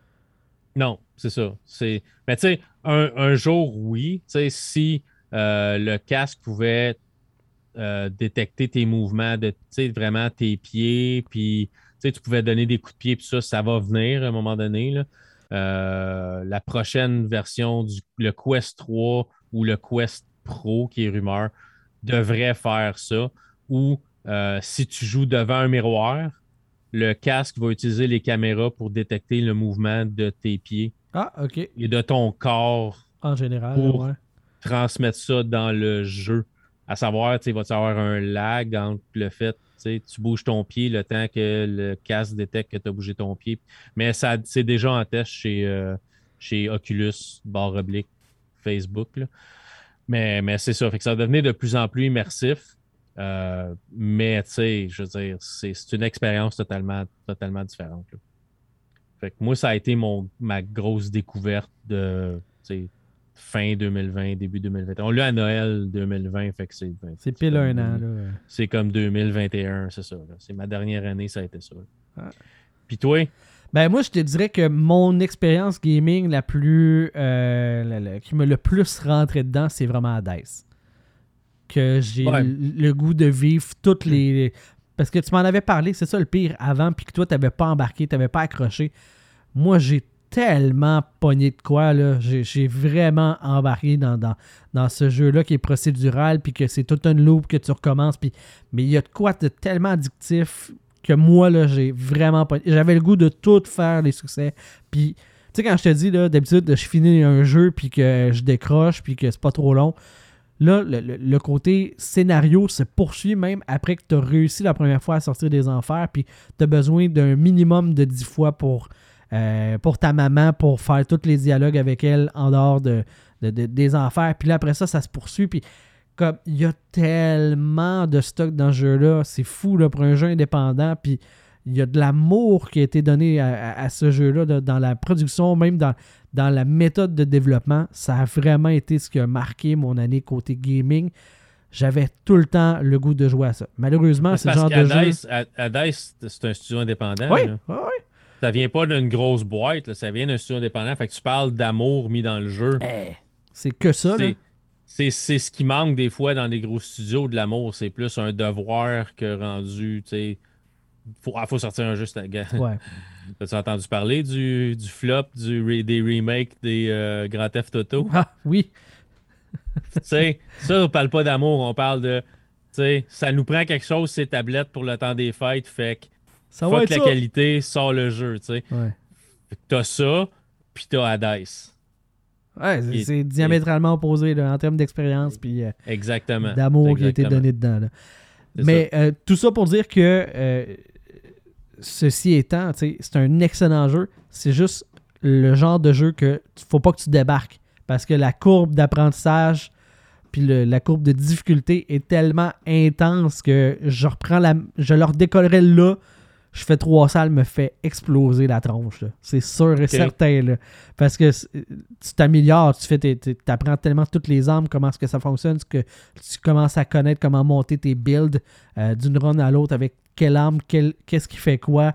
Non, c'est ça. C'est... Mais tu sais, un, un jour, oui. Tu sais, si euh, le casque pouvait euh, détecter tes mouvements, de, tu sais, vraiment tes pieds, puis tu sais, tu pouvais donner des coups de pied, puis ça, ça va venir à un moment donné. Là. Euh, la prochaine version du le Quest trois ou le Quest Pro, qui est rumeur, devrait faire ça. Ou euh, si tu joues devant un miroir, le casque va utiliser les caméras pour détecter le mouvement de tes pieds Ah, ok, et de ton corps, en général, Pour- ouais. transmettre ça dans le jeu. À savoir, tu sais, va-tu avoir un lag entre le fait, tu sais, tu bouges ton pied le temps que le casque détecte que tu as bougé ton pied. Mais ça, c'est déjà en test chez, euh, chez Oculus, barre oblique, Facebook. là. Mais, mais c'est ça. Fait que ça devenait de plus en plus immersif. Euh, mais, tu sais, je veux dire, c'est, c'est une expérience totalement, totalement différente. là. Fait que moi, ça a été mon, ma grosse découverte de, tu sais, fin deux mille vingt, début deux mille vingt et un. On l'a à Noël deux mille vingt, fait que c'est... C'est pile un an, là. C'est comme deux mille vingt et un, c'est ça. Là. C'est ma dernière année, ça a été ça. Ah. Puis toi? Ben moi, je te dirais que mon expérience gaming la plus... Euh, la, la, qui m'a le plus rentré dedans, c'est vraiment Dice. Que j'ai ouais. le, le goût de vivre toutes les... Parce que tu m'en avais parlé, c'est ça le pire, avant, puis que toi, t'avais pas embarqué, t'avais pas accroché. Moi, j'ai tellement pogné de quoi, là. J'ai, j'ai vraiment embarqué dans, dans, dans ce jeu-là qui est procédural, puis que c'est tout un loop que tu recommences, puis... Mais il y a de quoi de tellement addictif que moi, là, j'ai vraiment pas... J'avais le goût de tout faire, les succès. Puis, tu sais, quand je te dis, là, d'habitude, je finis un jeu, puis que je décroche, puis que c'est pas trop long... Là, le, le, le côté scénario se poursuit même après que tu as réussi la première fois à sortir des enfers, puis tu as besoin d'un minimum de dix fois pour, euh, pour ta maman, pour faire tous les dialogues avec elle en dehors de, de, de, des enfers. Puis là, après ça, ça se poursuit. Puis comme il y a tellement de stock dans ce jeu-là, c'est fou là, pour un jeu indépendant. Puis il y a de l'amour qui a été donné à, à, à ce jeu-là, de, dans la production, même dans, dans la méthode de développement. Ça a vraiment été ce qui a marqué mon année côté gaming. J'avais tout le temps le goût de jouer à ça. Malheureusement, c'est le genre de Dice, jeu... à, à Dice, c'est un studio indépendant. Oui, là. oui, oui. Ça vient pas d'une grosse boîte, là, ça vient d'un studio indépendant. Fait que tu parles d'amour mis dans le jeu. Hey, c'est que ça, c'est, là. C'est, c'est ce qui manque des fois dans des gros studios de l'amour. C'est plus un devoir que rendu, tu sais... Faut, ah, faut sortir un jeu. Ouais. As-tu entendu parler du, du flop du, des remakes des euh, Grand Theft Auto? Ah, oui. Tu sais, ça, on parle pas d'amour. On parle de... Tu sais, ça nous prend quelque chose, ces tablettes, pour le temps des fêtes. Fait que, ça va fuck être la ça. qualité, sort le jeu, tu sais. Ouais. Fait que t'as ça, puis t'as Hades. Ouais, c'est, Qui c'est est- diamétralement opposé là, en termes d'expérience puis euh, Exactement. d'amour qui a été Exactement. donné dedans. Là. C'est Mais euh, tout ça pour dire que euh, ceci étant, tu sais, c'est un excellent jeu. C'est juste le genre de jeu que faut pas que tu débarques. Parce que la courbe d'apprentissage puis le- la courbe de difficulté est tellement intense que je reprends la. Je leur décollerai là. Je fais trois salles, me fait exploser la tronche. Là. C'est sûr et Ok. certain. Là. Parce que c'est- tu t'améliores, tu fais tes, tes- t'apprends tellement toutes les armes, comment est-ce que ça fonctionne, que tu commences à connaître comment monter tes builds euh, d'une run à l'autre avec quelle arme, quel- qu'est-ce qui fait quoi.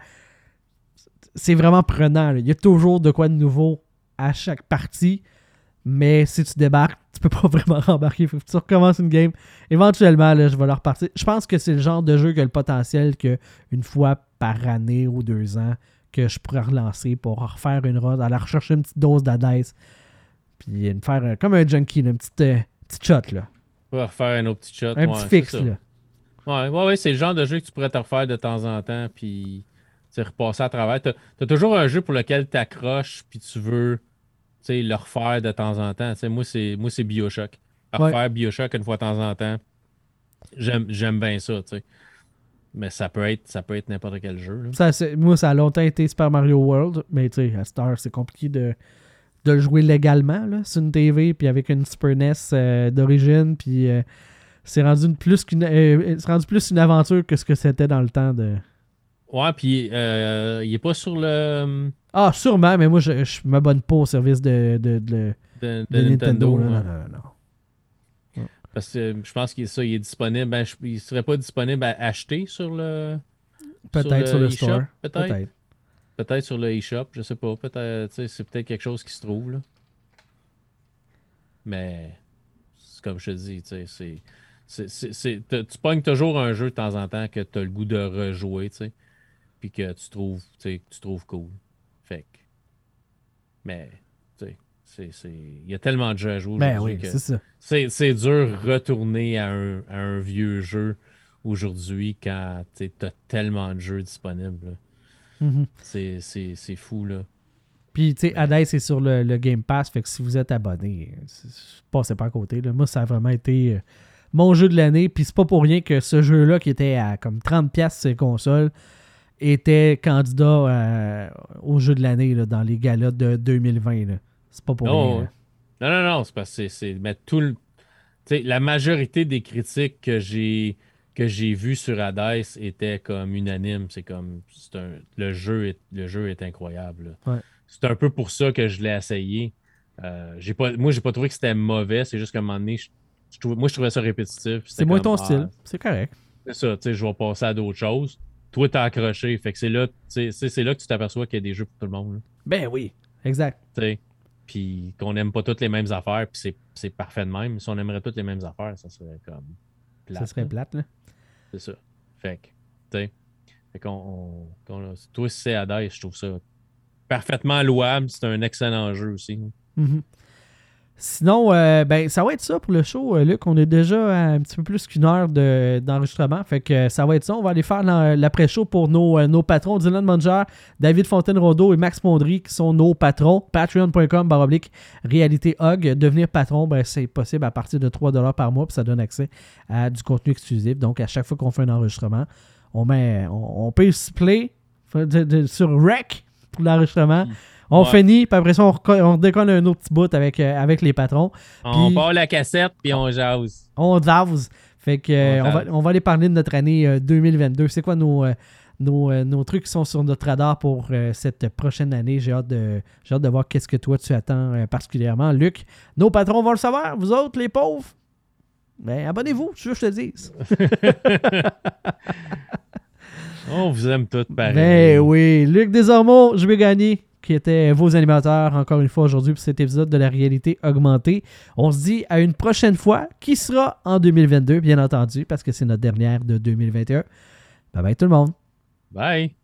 C'est vraiment prenant. Là. Il y a toujours de quoi de nouveau à chaque partie. Mais si tu débarques, tu peux pas vraiment rembarquer. Faut que tu recommences une game. Éventuellement, là, je vais leur repartir. Je pense que c'est le genre de jeu qui a le potentiel que une fois par année ou deux ans, que je pourrais relancer pour refaire une run, aller rechercher une petite dose d'Hades. Puis me faire euh, comme un junkie, là, une petite, euh, petite shot. Là. On va refaire un autre petit shot. Un ouais, petit c'est fixe. ça. Là. Ouais, ouais, ouais, c'est le genre de jeu que tu pourrais te refaire de temps en temps, puis tu sais, repasser à travers. T'as, t'as toujours un jeu pour lequel tu accroches, puis tu veux tu sais, le refaire de temps en temps. Tu sais, moi, c'est, moi, c'est BioShock. À Ouais. refaire BioShock une fois de temps en temps, j'aime, j'aime bien ça, tu sais. Mais ça peut être, ça peut être n'importe quel jeu. Là. Ça, c'est- moi, ça a longtemps été Super Mario World, mais tu sais, à cette heure, c'est compliqué de, de le jouer légalement là, sur une T V, puis avec une Super N E S euh, d'origine, puis euh, c'est rendu une plus qu'une, euh, c'est rendu plus une aventure que ce que c'était dans le temps de. Ouais, puis euh, il est pas sur le Ah, sûrement, mais moi, je, je m'abonne pas au service de, de, de, de, de de Nintendo. Nintendo. là. hein. non, non, non, non. Parce que euh, je pense qu'il ça, il est disponible. Ben, je- il serait pas disponible à acheter sur le. Peut-être sur le, eShop, store. Peut-être. Peut-être. Peut-être sur le eShop, je sais pas. Peut-être, tu sais, c'est peut-être quelque chose qui se trouve, là. Mais, c'est comme je te dis, tu sais, c'est. c'est, c'est, c'est- t'as- tu pognes toujours un jeu de temps en temps que tu as le goût de rejouer, tu sais. Puis que tu trouves, tu sais, que tu trouves cool. Fait que. Mais, tu sais, c'est, c'est. Il y a tellement de jeux à jouer Ben aujourd'hui oui, que c'est ça. c'est, c'est dur de retourner à un, à un vieux jeu aujourd'hui quand tu as tellement de jeux disponibles. là. Mhm. C'est, c'est, c'est fou, là. Puis, tu sais, Hades est sur le, le Game Pass, fait que si vous êtes abonné, c'est- passez pas à côté. Là. Moi, ça a vraiment été euh, mon jeu de l'année. Puis, c'est pas pour rien que ce jeu-là, qui était à comme trente dollars sur les consoles, était candidat euh, au jeu de l'année là, dans les galas de deux mille vingt. Là. C'est pas pour Non, rien. non, non, non, c'est parce que c'est, c'est mais tout le, tu sais, la majorité des critiques que j'ai que j'ai vues sur Hades étaient comme unanimes. C'est comme c'est un, le jeu est le jeu est incroyable. là. Ouais. C'est un peu pour ça que je l'ai essayé. Euh, j'ai pas, moi, j'ai pas trouvé que c'était mauvais. C'est juste qu'à un moment donné, je, je trouvais, moi, je trouvais ça répétitif. C'est moins comme, ton ah, style. C'est correct. C'est ça, tu sais, je vais passer à d'autres choses. Toi, t'as accroché. Fait que c'est là, c'est, c'est là que tu t'aperçois qu'il y a des jeux pour tout le monde. Là. Ben oui, exact. T'sais, puis qu'on n'aime pas toutes les mêmes affaires, puis c'est, c'est parfait de même. Si on aimerait toutes les mêmes affaires, ça serait comme plate. Ça serait là. plate, là. C'est ça. Fait que, tu sais, fait qu'on, on, qu'on, toi, si c'est Hades, je trouve ça parfaitement louable. C'est un excellent jeu aussi. Mm-hmm. Sinon, euh, ben, ça va être ça pour le show, euh, Luc. On est déjà à un petit peu plus qu'une heure de, d'enregistrement. Fait que euh, ça va être ça. On va aller faire l'après-show pour nos, euh, nos patrons, Dylan Munger, David Fontaine-Rondeau et Max Mondry, qui sont nos patrons. Patreon.com baroblique Réalité Hog. Devenir patron, ben, c'est possible à partir de trois dollars par mois, puis ça donne accès à du contenu exclusif. Donc, à chaque fois qu'on fait un enregistrement, on met, on, on peut se play de, de, sur Rec pour l'enregistrement. Mm. On ouais. finit, puis après ça, on, on déconne un autre petit bout avec, euh, avec les patrons. On Puis, part la cassette, puis on jase. On jase. Fait que euh, on, on, va, on va aller parler de notre année euh, deux mille vingt-deux. C'est quoi nos, euh, nos, euh, nos trucs qui sont sur notre radar pour euh, cette prochaine année? J'ai hâte de, j'ai hâte de voir qu'est-ce que toi, tu attends euh, particulièrement. Luc, nos patrons vont le savoir. Vous autres, les pauvres, ben, abonnez-vous, tu veux que je te dise. On vous aime tous pareil. Ben oui. Luc Desormeaux, je vais gagner. Qui étaient vos animateurs encore une fois aujourd'hui pour cet épisode de la réalité augmentée. On se dit à une prochaine fois qui sera en deux mille vingt-deux, bien entendu, parce que c'est notre dernière de deux mille vingt et un. Bye bye tout le monde. Bye.